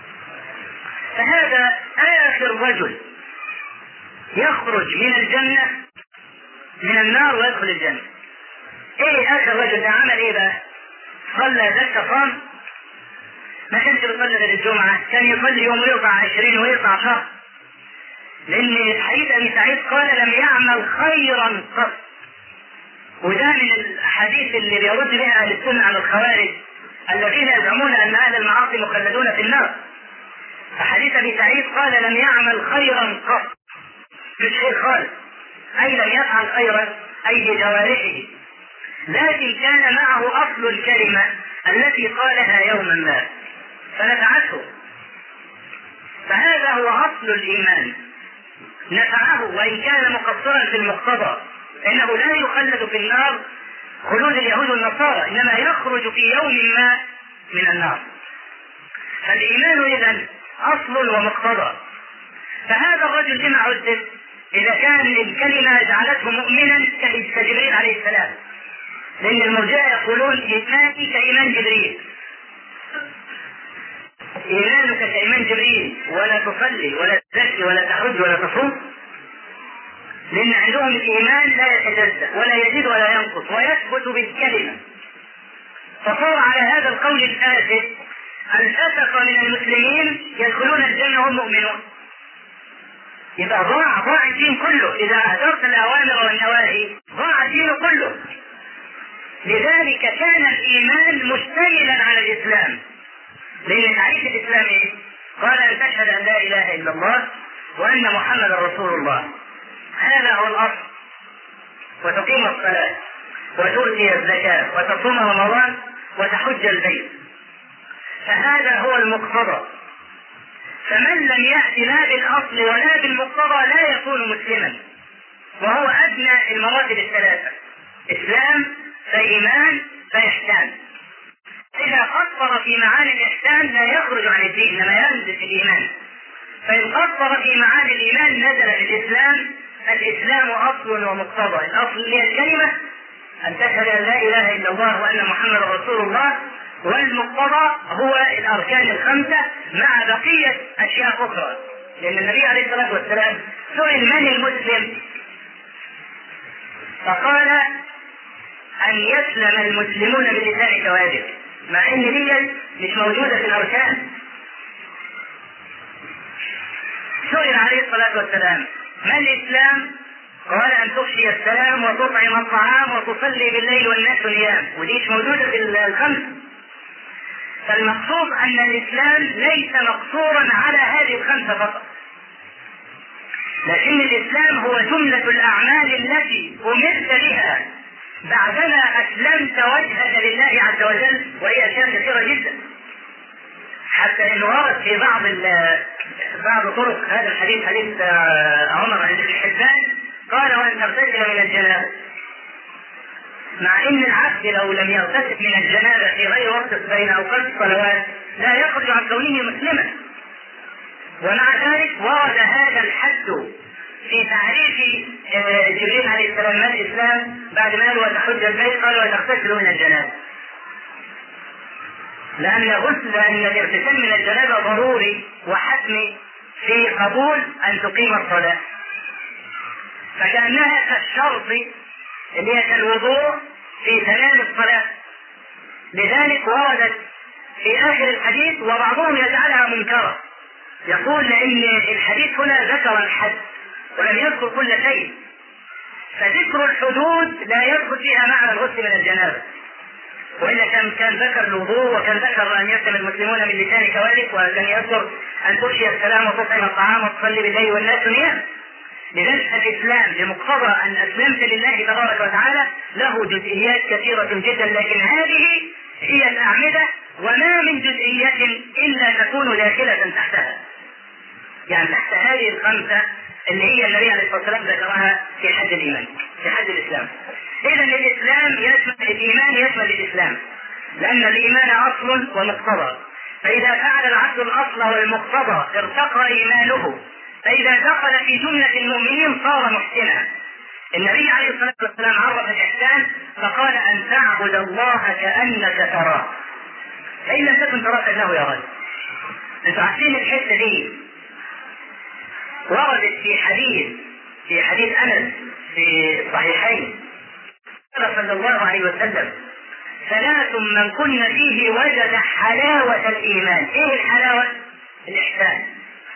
S2: فهذا آخر رجل يخرج من الجنة من النار ويدخل الجنة. ايه آخر رجل ده؟ عمل ايه بقى؟ صلى زكى صام، ما كانش بيصلي غير الجمعة، كان يصلي يوم ويقطع 20 ويقطع شهر، لأن حديث أبي سعيد قال: لم يعمل خيرا قط. وده من الحديث اللي بيرد بها أهل السنة على الخوارج الذين يزعمون أن أهل المعاصي مخلدون في النار. فحديث أبي سعيد قال: لم يعمل خيرا قط، مش خير خالص، أي لم يفعل خيرا أي بجوارحه، لكن كان معه أصل الكلمة التي قالها يوما ما فنفعته. فهذا هو أصل الإيمان، نفعه وإن كان مقصرا في المقتضى، فإنه لا يخلد في النار خلود اليهود والنصارى، إنما يخرج في يوم ما من النار. فالإيمان إذن أصل ومقتضى. فهذا الرجل لما عذب؟ إذا كان الكلمة جعلته مؤمنا كجبريل عليه السلام، لأن المرجئة يقولون إيماني كإيمان جبريل، إيمانك كإيمان جبريل، ولا تصلي ولا تزكي ولا تحج ولا تصوم، لأن عندهم الإيمان لا يتجزأ ولا يزيد ولا ينقص ويثبت بالكلمة. فصار على هذا القول الفاسد الفسق من المسلمين يدخلون الجنة وهم مؤمنون. يبقى ضاع الدين كله، إذا أهدرت الأوامر والنواهي ضاع الدين كله. لذلك كان الإيمان مشتملا على الإسلام، لأن تعريف الإسلام إيه؟ قال: أن تشهد أن لا إله إلا الله وأن محمدا رسول الله، هذا هو الأصل، وتقيم الصلاة وتؤتي الزكاة وتصوم رمضان وتحج البيت، فهذا هو المقتضى. فمن لم يأت لا بالأصل ولا بالمقتضى لا يكون مسلما، وهو أدنى المراتب الثلاثة: إسلام فإيمان فإحسان. إذا قصر في معاني الإحسان لا يخرج عن الدين، إنما ينزل في الإيمان. فإن قصر في معاني الإيمان نزل في الإسلام. الإسلام أصل ومقتضى. الأصل هي الكلمة أن تشهد أن لا إله إلا الله وأن محمدا رسول الله، والمقتضى هو الأركان الخمسة مع بقية أشياء أخرى. لأن النبي عليه الصلاة والسلام سئل: من المسلم؟ فقال: أن يسلم المسلمون بلسان كواذب، مع أن هي مش موجودة في الأركان. سئل عليه الصلاة والسلام: ما الإسلام؟ قال: أن تفشي السلام وتطعم الطعام وتصلي بالليل والناس نيام، ودي مش موجودة في الخمس. فالمقصود أن الإسلام ليس مقصورا على هذه الخمسة فقط، لكن الإسلام هو جملة الأعمال التي أمرت بها بعدما أسلمت وجهك لله عز وجل، وهي أشياء كثيرة جدا، حتى إنه ورد في بعض طرق هذا الحديث، حديث عمر بن حبان، قال وأن تغتسل من الجنابة، مع ان العبد لو لم يغتسل من الجنابة في غير وقت بين اوقات الصلوات لا يخرج عن كونه مسلما. ومع ذلك ورد هذا الحد في تعريف جبريل عليه السلام ما الاسلام بعد ما قال وتحج البيت قال وتغتسل من الجنابة، لان الاغتسال من الجنابة ضروري وحتمي في قبول ان تقيم الصلاة، فكأنها كالشرط اللي هي كالوضوء في تمام الصلاة. لذلك وردت في آخر الحديث وبعضهم يجعلها منكرة، يقول لأن الحديث هنا ذكر الحد ولم يذكر كل شيء، فذكر الحدود لا يدخل فيها معنى الغسل من الجنابة، وإلا كان ذكر الوضوء وكان ذكر أن يسلم المسلمون من لسان كوارث، وكان يذكر أن تفشي السلام وتطعم الطعام وتصلي بالليل والناس نيام. لذلك الإسلام بمقتضى أن أسلمت لله تبارك وتعالى له جزئيات كثيرة جدا، لكن هذه هي الأعمدة، وما من جزئية إلا تكون داخلة تحتها، يعني تحت هذه الخمسة اللي هي النبي عليه الصلاة والسلام ذكرها في حد الإيمان في حد الإسلام. إذا الإسلام يشمل الإيمان يشمل الإسلام، لأن الإيمان أصل ومقتضى، فإذا فعل العبد الأصل والمقتضى ارتقى إيمانه، فإذا دخل في جملة المؤمنين صار محسنا. النبي عليه الصلاة والسلام عرف الإحسان فقال أن تعبد الله كأنك تراه فإن لم تكن تراه فإنه يراك. أنتوا عارفين الحتة دي وردت في حديث أنس في الصحيحين، قال صلى الله عليه وسلم ثلاث من كن فيه وجد حلاوة الإيمان. إيه الحلاوة؟ الإحسان.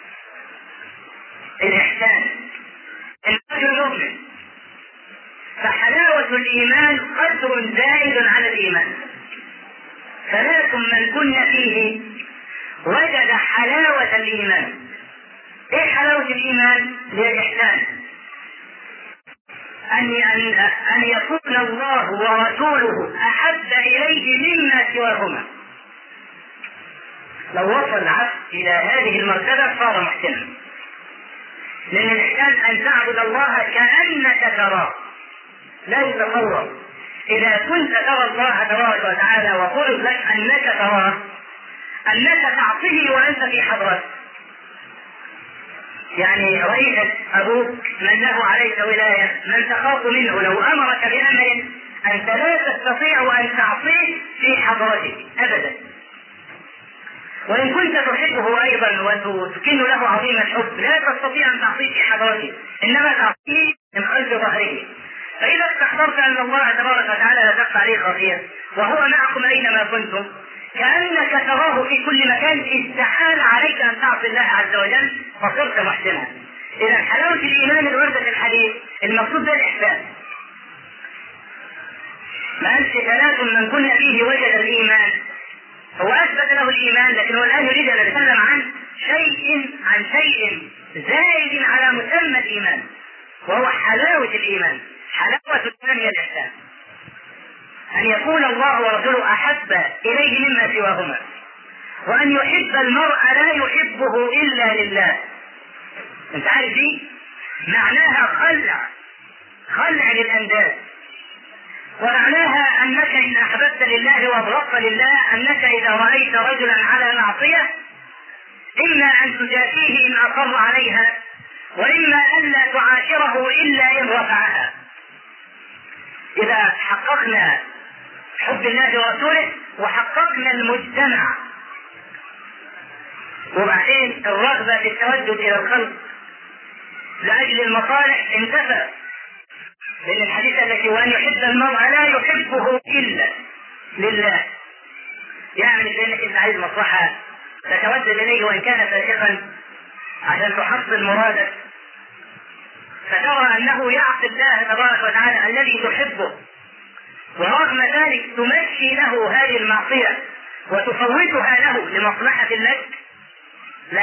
S2: الرجل يؤمن، فحلاوة الإيمان قدر زائد على الإيمان. ثلاث من كن فيه وجد حلاوة الإيمان. إيه حلاوة الإيمان؟ هي الإحسان، أن يكون الله ورسوله أحب إليه مما سواهما. لو وصل العبد إلى هذه المرتبة صار محسنا، لأن الإحسان أن تعبد الله كأنك تراه، لا يتصور. إذا كنت ترى الله تبارك وتعالى وقلت لك أنك تراه، أنك تعصيه وأنت في حضرته. يعني رأيت أبوك من له عليك ولاية، من تخاف منه، لو أمرك بأمر أنت لا تستطيع أن تعصيه في حضرته أبدا، وإن كنت تحبه أيضا وتكن له عظيم الحب لا تستطيع أن تعصيه في حضرته، إنما تعصيه من خلف ظهره. فإذا استحضرت أن الله تبارك وتعالى لا تخفى عليه خافية وهو معكم أينما كنتم كأنك تراه في كل مكان، استحال عليك أن تعصي الله عز وجل فصرت محسنا. إذا حلاوة الإيمان الوردة في الحديث المقصود ده الإحسان. ما قالش ثلاث من كن فيه وجد الإيمان، هو أثبت له الإيمان، لكن هو الآن يريد أن يتكلم عن شيء زائد على مسمى الإيمان، وهو حلاوة الإيمان. حلاوة الإيمان هي الإحسان، أن يكون الله ورسوله أحب إليه مما سواهما، وأن يحب المرء لا يحبه إلا لله. أنت عارف دي معناها خلع للأنداد، ومعناها أنك إن أحببت لله وأبغضت لله أنك إذا رأيت رجلا على معصية إما أن تجافيه إن أصر عليها، وإما أن لا تعاشره إلا إن رفعها. إذا حققنا حب الله ورسوله وحققنا المجتمع، وبعدين الرغبة في التوجه إلى الخلق لأجل المصالح انتفى، لأن الحديث الذي وأن يحب المرء لا يحبه إلا لله، يعني مش لأنك أنت عايز مصلحة تتوجه إليه وإن كان فاسقا عشان تحصل مرادك، فترى أنه يعصي الله تبارك وتعالى الذي تحبه، ورغم ذلك تمشي له هذه المعصية وتفوتها له لمصلحة لك. لا.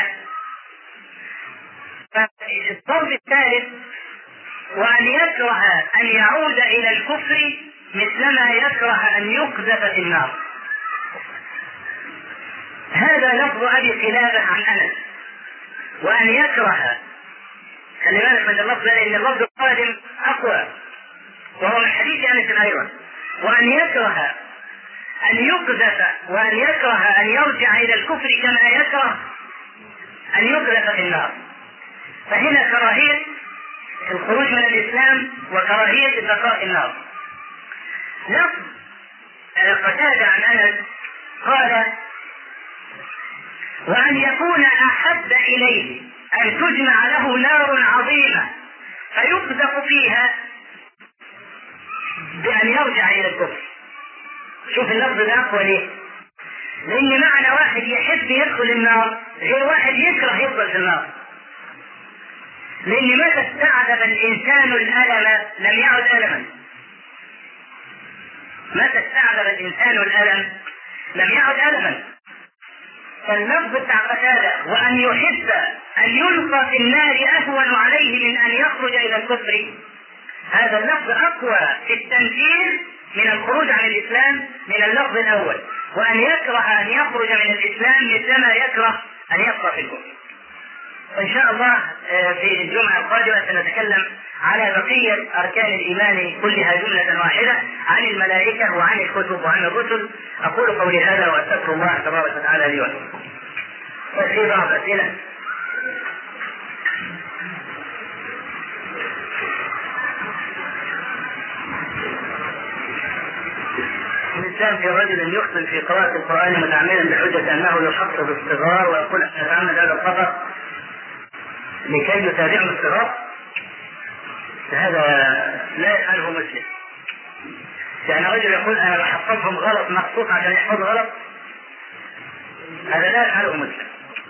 S2: الضرب الثالث وأن يكره أن يعود إلى الكفر مثلما يكره أن يقذف في النار. هذا لفظ أبي قلابة عن أنس. وأن يكره خلي بالك من اللفظ لأن اللفظ القادم أقوى، وهو من حديث أنس أيضا. وأن يكره أن يقذف وأن يكره أن يرجع إلى الكفر كما يكره أن يقذف في النار. فهنا كراهية الخروج من الإسلام وكراهية البقاء في النار. لفظ قتادة عن أنس قال: وأن يكون أحب إليه أن تجمع له نار عظيمة فيقذف فيها بأن يرجع إلى الكفر. شوف اللفظ ده أقوى ليه؟ لأن معنى واحد يحب يدخل النار غير واحد يكره يفضل في النار. لأن متى استعذب الإنسان الألم لم يعد ألما. متى استعذب الإنسان الألم لم يعد ألما. فاللفظ بتاع قتادة وأن يحب أن يلقى في النار أهون عليه من أن يخرج إلى الكفر، هذا اللفظ أقوى في التنفيذ من الخروج عن الإسلام من اللفظ الأول. وأن يكره أن يخرج من الإسلام مثلما يكره أن يبقى في الكفر. وإن شاء الله في الجمعة القادمة سنتكلم على بقية أركان الإيمان كلها جملة واحدة، عن الملائكة وعن الكتب وعن الرسل. أقول قولي هذا وأستغفر الله تبارك وتعالى لي ولكم. وفي بعض أسئلة. الإسلام في رجل يخطئ في قراءة القرآن متعمدا بحجة أنه يحفظ الصغار ويقول أتعمد هذا الخطأ لكي يتابعه الصغار، هذا لا يفعله مسلم. يعني رجل يقول أنا بحفظهم غلط مخصوص عشان يحفظ غلط، هذا لا يفعله مسلم.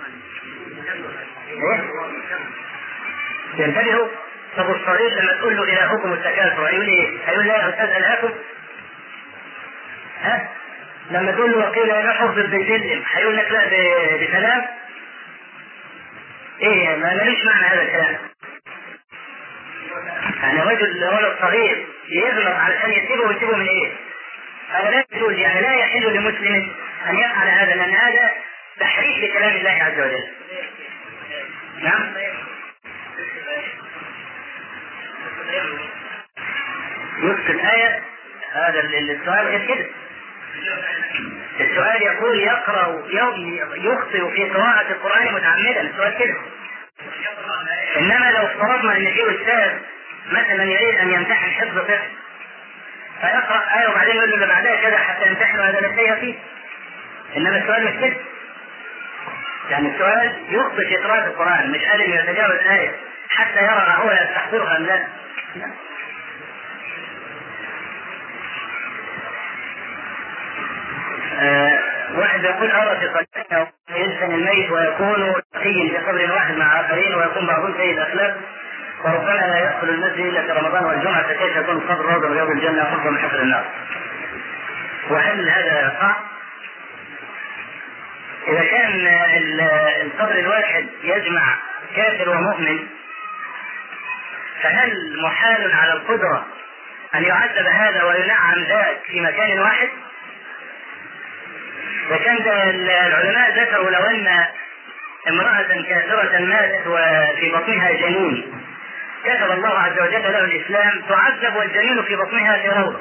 S2: إيه؟ ينتبهوا. طب الصغير لما تقول له إلهكم التكاثر هيقول إيه؟ هيقول لا يا أستاذ إلهكم. ها؟ لما تقول له وقيل لا حفظ بسلم هيقول لك لا بسلام. ايه ما ليش معنى هذا الكلام. يعني رجل صغير يغلط علشان يسيبه ويسيبه من ايه؟ هذا لا يجوز. يعني لا يحل لمسلم ان يفعل هذا، لان هذا تحريف لكلام الله عز وجل. نعم. نص الآية. هذا السؤال غير كده. السؤال يقول يقرأ يخطئ في قراءة القرآن متعمدا، السؤال كده. إنما لو افترضنا أن في أستاذ مثلا يريد أن يمتحن حفظ طفل فيقرأ آية وبعدين يقول له اللي بعدها كذا حتى يمتحن، هذا لا شيء فيه. إنما السؤال مش كده. يعني السؤال يخطئ في قراءة القرآن، مش قادر يتجاوز آية حتى يرى هو يستحضرها أم لا. واحد يقول أرى في قلبه يدفن الميت ويكون تقيا في قبر واحد مع آخرين ويكون بعضهم سيد أخلاق وربما لا يدخل المسجد إلا في رمضان والجمعة، فكيف يكون القبر روضة من رياض الجنة وحفظ من حفر النار؟ وهل هذا يقع؟ إذا كان القبر الواحد يجمع كافر ومؤمن فهل محال على القدرة أن يعذب هذا وينعم ذاك في مكان واحد؟ وكان العلماء ذكروا لو أن امرأة كافرة ماتت وفي بطنها جنين كتب الله عز وجل له الإسلام تعذب والجنين في بطنها في روضة.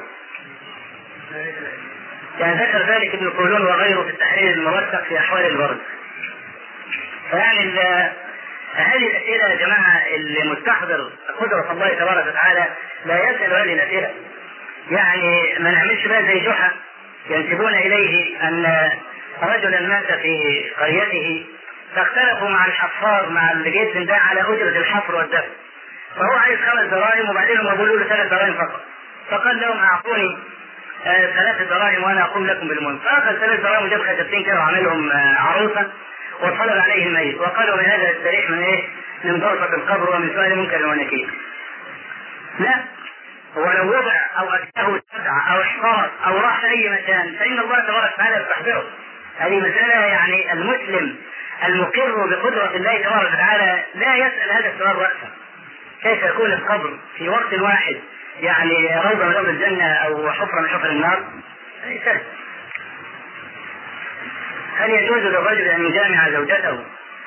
S2: يعني ذكر ذلك ابن خلدون وغيره في التحرير الموثق في أحوال البرد. فيعني هذه الأسئلة يا جماعة اللي مستحضر قدرة الله تبارك وتعالى لا يسأل هذه الأسئلة. يعني ما نعملش بقى زي جحا ينسبون إليه أن رجلا مات في قريته فاختلفوا مع الحفار مع الجيش ده على أجرة الحفر والدفن، فهو عايز 5 دراهم وبعدين هم قالوا له 3 دراهم فقط، فقال لهم أعطوني 3 دراهم وأنا أقوم لكم بالمنف. فأخذ 3 دراهم وجاب خشبتين كده وعملهم عروسة وصلب عليه الميت وقالوا من هذا التاريخ من إيه؟ من ضربة القبر ومن سؤال منكر ونكير. لا، ولو وضع أو أكله سبعة أو احتار أو راح أي مكان فإن الله تبارك وتعالى يستحضره. هذه مسألة يعني المسلم المقر بقدرة الله تبارك وتعالى لا يسأل هذا السؤال رأسا. كيف يكون القبر في وقت واحد يعني روضة من روض الجنة أو حفرة من حفر النار؟ هل يجوز للرجل أن يجامع زوجته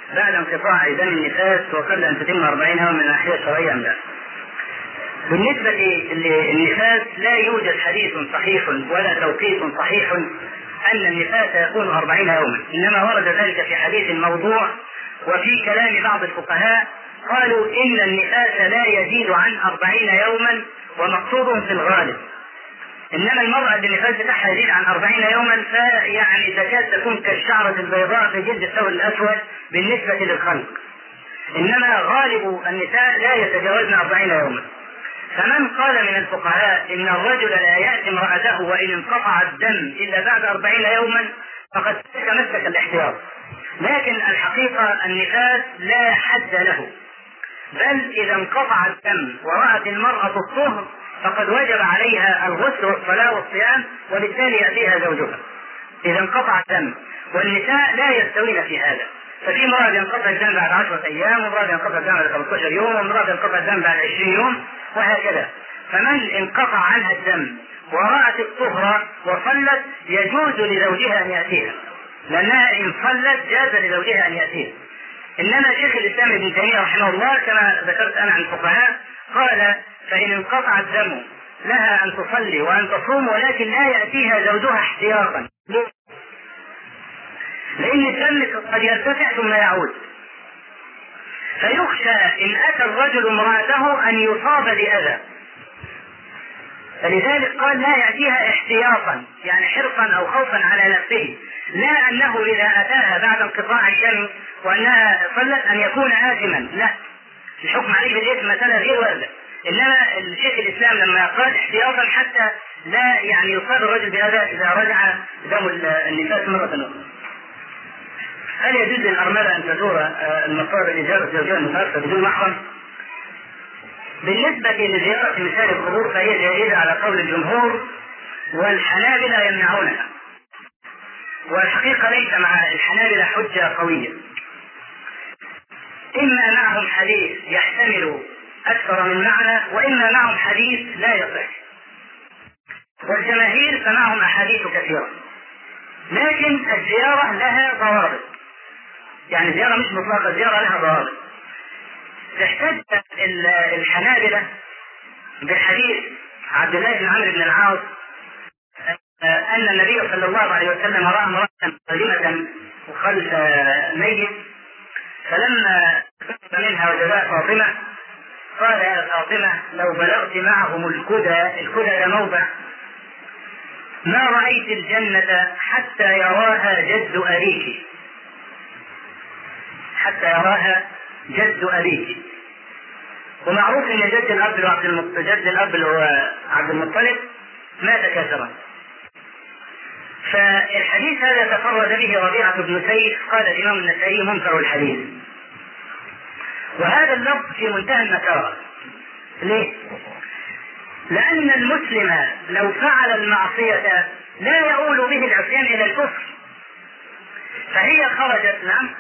S2: بعد انقطاع دم النفاس وقبل أن تتم 40 يوما من الناحية الشرعية أم لا؟ بالنسبة للنفاس لا يوجد حديث صحيح ولا توقيت صحيح أن النفاس يكون 40 يوما، إنما ورد ذلك في حديث موضوع، وفي كلام بعض الفقهاء قالوا إن النفاس لا يزيد عن 40 يوما، ومقصودهم في الغالب. إنما المرأة اللي النفاس بتاعها يزيد عن 40 يوما فيعني تكاد تكون كالشعرة البيضاء في جلد الثور الأسود بالنسبة للخلق، إنما غالب النساء لا يتجاوزن 40 يوما. فمن قال من الفقهاء إن الرجل لا يأتي امرأته وإن انقطع الدم إلا بعد 40 يوما فقد تمسك الاحتياط، لكن الحقيقة النفاس لا حد له، بل إذا انقطع الدم ورأت المرأة الطهر فقد وجب عليها الغسل والصلاة والصيام، وبالتالي يأتيها زوجها إذا انقطع الدم. والنساء لا يستوين في هذا، ففي امرأة ينقطع الدم بعد 10 أيام، وامرأة ينقطع الدم بعد 15 يوم، وامرأة ينقطع الدم بعد 20 يوم، وهكذا. فمن انقطع عنها الدم ورأت الطهر وصلت يجوز لزوجها أن يأتيها، لأنها إن صلت جاز لزوجها أن يأتيها. إنما شيخ الإسلام ابن تيمية رحمه الله كما ذكرت أنا عن الفقهاء قال فإن انقطع الدم لها أن تصلي وأن تصوم، ولكن لا يأتيها زوجها احتياطا، لأن الدم قد يرتفع ثم يعود، فيخشى إن أتى الرجل امرأته أن يصاب بأذى، فلذلك قال لا يأتيها احتياطا، يعني حرصا أو خوفا على نفسه، لا أنه إذا أتاها بعد انقطاع الدم وأنها صلت أن يكون آثما، لا، الحكم عليه بالإثم مثلا غير واردة. إنما الشيخ الإسلام لما قال احتياطا حتى لا يعني يصاب الرجل بهذا إذا رجع دم النفاس مرة أخرى. هل يجوز للأرملة أن تزور المقابر لزيارة زوجها المتوفى بدون محرم؟ بالنسبة لزيارة مثال القبور فهي جائزة على قول الجمهور، والحنابلة يمنعونها، والحقيقة ليس مع الحنابلة حجة قوية، إما معهم حديث يحتمل أكثر من معنى، وإما معهم حديث لا يصح، والجماهير فمعهم أحاديث كثيرة، لكن الزيارة لها ضوابط، يعني زيارة مش مطلقة، زيارة لها ضوابط. تحتج الحنابلة بحديث عبد الله بن عمرو بن العاص أن النبي صلى الله عليه وسلم رأى امرأة قادمة خلف ميت، فلما قرب منها وجدها فاطمة قال يا فاطمة لو بلغت معهم الكدى ده موضع ما رأيت الجنة حتى يراها جد أبيك، حتى يراها جد أبيك. ومعروف ان جد الأب اللي هو عبد المطلب مات كافرا. فالحديث هذا تفرد به ربيعة بن سيف، قال الإمام النسائي منكر الحديث، وهذا اللفظ في منتهى النكارة. ليه؟ لأن المسلم لو فعل المعصية لا يؤول به العصيان إلى الكفر، فهي خرجت. نعم،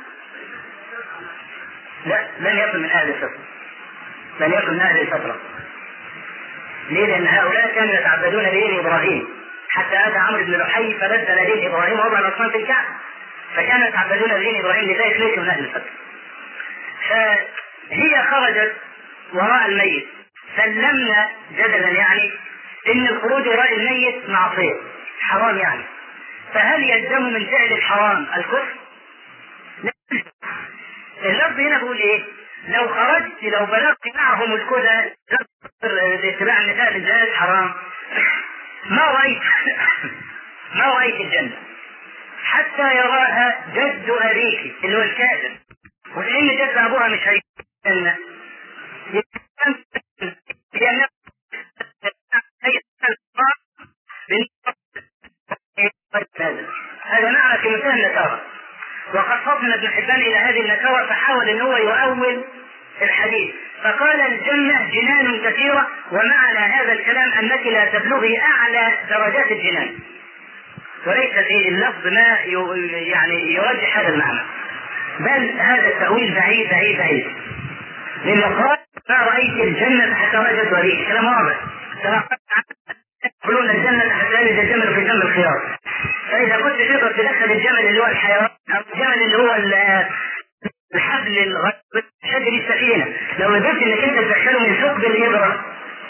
S2: لا، لن يكن من أهل الفترة، لن يكن من أهل الفترة. ليه؟ لأن هؤلاء كانوا يتعبدون بدين إبراهيم، حتى أتى عمرو بن لحي فبدل دين إبراهيم ووضع الأصنام في الكعبة، فكانوا يتعبدون بدين إبراهيم، لذلك ليسوا من أهل الفترة. فهي خرجت وراء الميت، سلمنا جدلا يعني إن الخروج وراء الميت معصية حرام يعني، فهل يلزم من فعل الحرام الكفر؟ اللفظ هنا بيقول ايه؟ لو خرجت لو بلغت معهم الكدى لاتباع النساء للجهاد حرام ما رأيت الجنة حتى يراها جد أبيك اللي هو الكاذب، ولأن جد أبوها مش هيجي الجنة هذا معنى في منتهى النكارة. وقد فطن ابن حبان إلى هذه النكارة فحاول أن هو يؤول الحديث، فقال الجنة جنان كثيرة، ومعنى هذا الكلام أنك لا تبلغي أعلى درجات الجنان، وليس في اللفظ ما يعني يرجح هذا المعنى، بل هذا التأويل بعيد بعيد بعيد. لأنه قال ما رأيت الجنة حتى رجت وليك، كلام واضح، يقولون الجنة حتى يلد الجمل في جنب الخيار. فإذا كنت تقدر تدخل الجمل اللي هو الحيوان أو الجمل اللي هو حبل الغرب شد السفينه، لو قدرت انك انت تدخله من ثقب الابره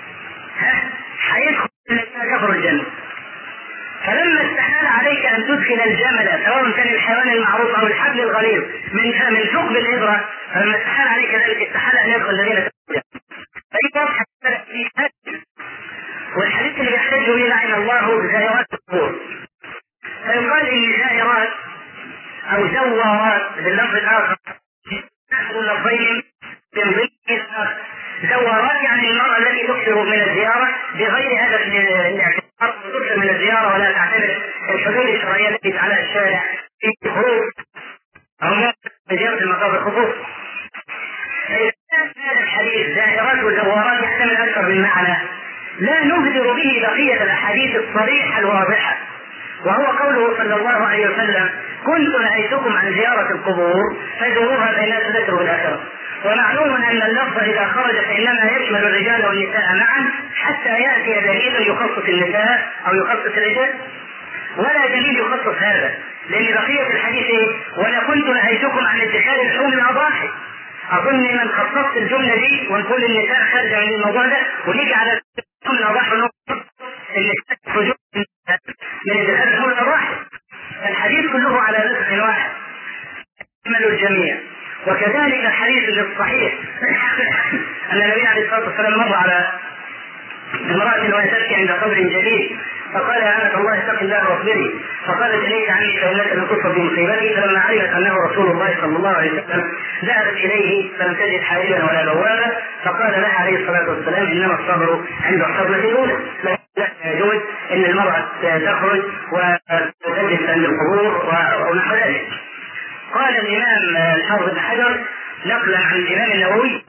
S2: هيدخل كفر الجنه. فلما استحال عليك ان تدخل الجمل سواء كان الحيوان المعروف او الحبل الغليظ من ثقب الابره، فلما استحال عليك ذلك استحال ان يدخل الذين كفروا. فهي واضحه في حد. والحديث اللي يحتج به لعن الله زائرات القبور، فيقال ان زائرات او زوارات باللفظ الاخر نحن اللفظين من ضمن زوارات يعني المرأة التي تكثر من الزيارة بغير هدف الاعتبار، تكثر من الزيارة ولا تعتبر الحدود الشرعية التي على الشارع في خروج أو زيارة المقابر خصوص. فإذا كان هذا الحديث زائرات وزوارات يحتمل أكثر من معنى لا نهدر به بقية الأحاديث الصريحة الواضحة، وهو قوله صلى الله عليه وسلم: كنت نهيتكم عن زيارة القبور فزوروها فإنها تذكر بالآخرة. ومعلوم أن اللفظ إذا خرج فإنما يشمل الرجال والنساء معا حتى يأتي دليل يخصص النساء أو يخصص الرجال، ولا دليل يخصص هذا، لأن بقية الحديث ولا كنت نهيتكم عن اتخاذ لحوم الأضاحي. أظن من خصصت الجملة دي ونقول النساء خارجة من الموضوع ده ونيجي على لحوم الأضاحي ونقول النساء من اتخاذ لحوم الأضاحي. الحديث كله على نسخ واحد يشمل الجميع. وكذلك الحديث الصحيح أن النبي عليه الصلاة والسلام مر على امرأة وهي تبكي عند قبر جديد فقال: أنك الله اتق الله واصبري. فقالت: إليك عني فإنك لم تصب بمصيبتي. فلما علمت أنه رسول الله صلى الله عليه وسلم ذهبت إليه فلم تجد حائلا ولا بوابا، فقال لها عليه الصلاة والسلام: إنما الصبر عند الصدمة الأولى. لا يجوز أن المرأة تخرج وتجلس عند القبور ونحو ذلك. قال الإمام الحافظ بن حجر نقلا عن الإمام النووي: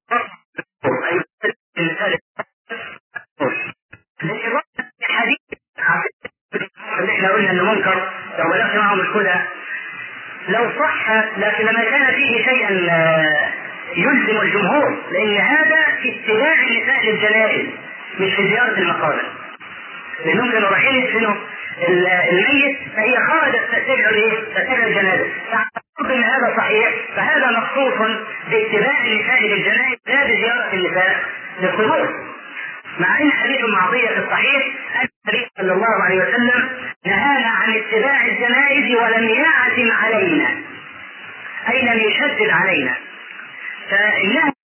S2: الحديث اللي احنا قلنا انه منكر لو بلغت معهم الكلى لو صح، لكن لما كان فيه شيئا يلزم الجمهور، لان هذا في اتباع النساء للجنائز مش في زيارة المقابر، لانهم كانوا رايحين يدفنوا الميت فهي خرجت تتبع الجنازة. فاعتقد ان هذا صحيح، فهذا مخصوص باتباع النساء للجنائز لا بزيارة النساء للقبور. مع ان حديث معطية في الصحيح ان النبي صلى الله عليه وسلم نهانا عن اتباع الجنائز ولم يعزم علينا، اي لم يشدد علينا. فانها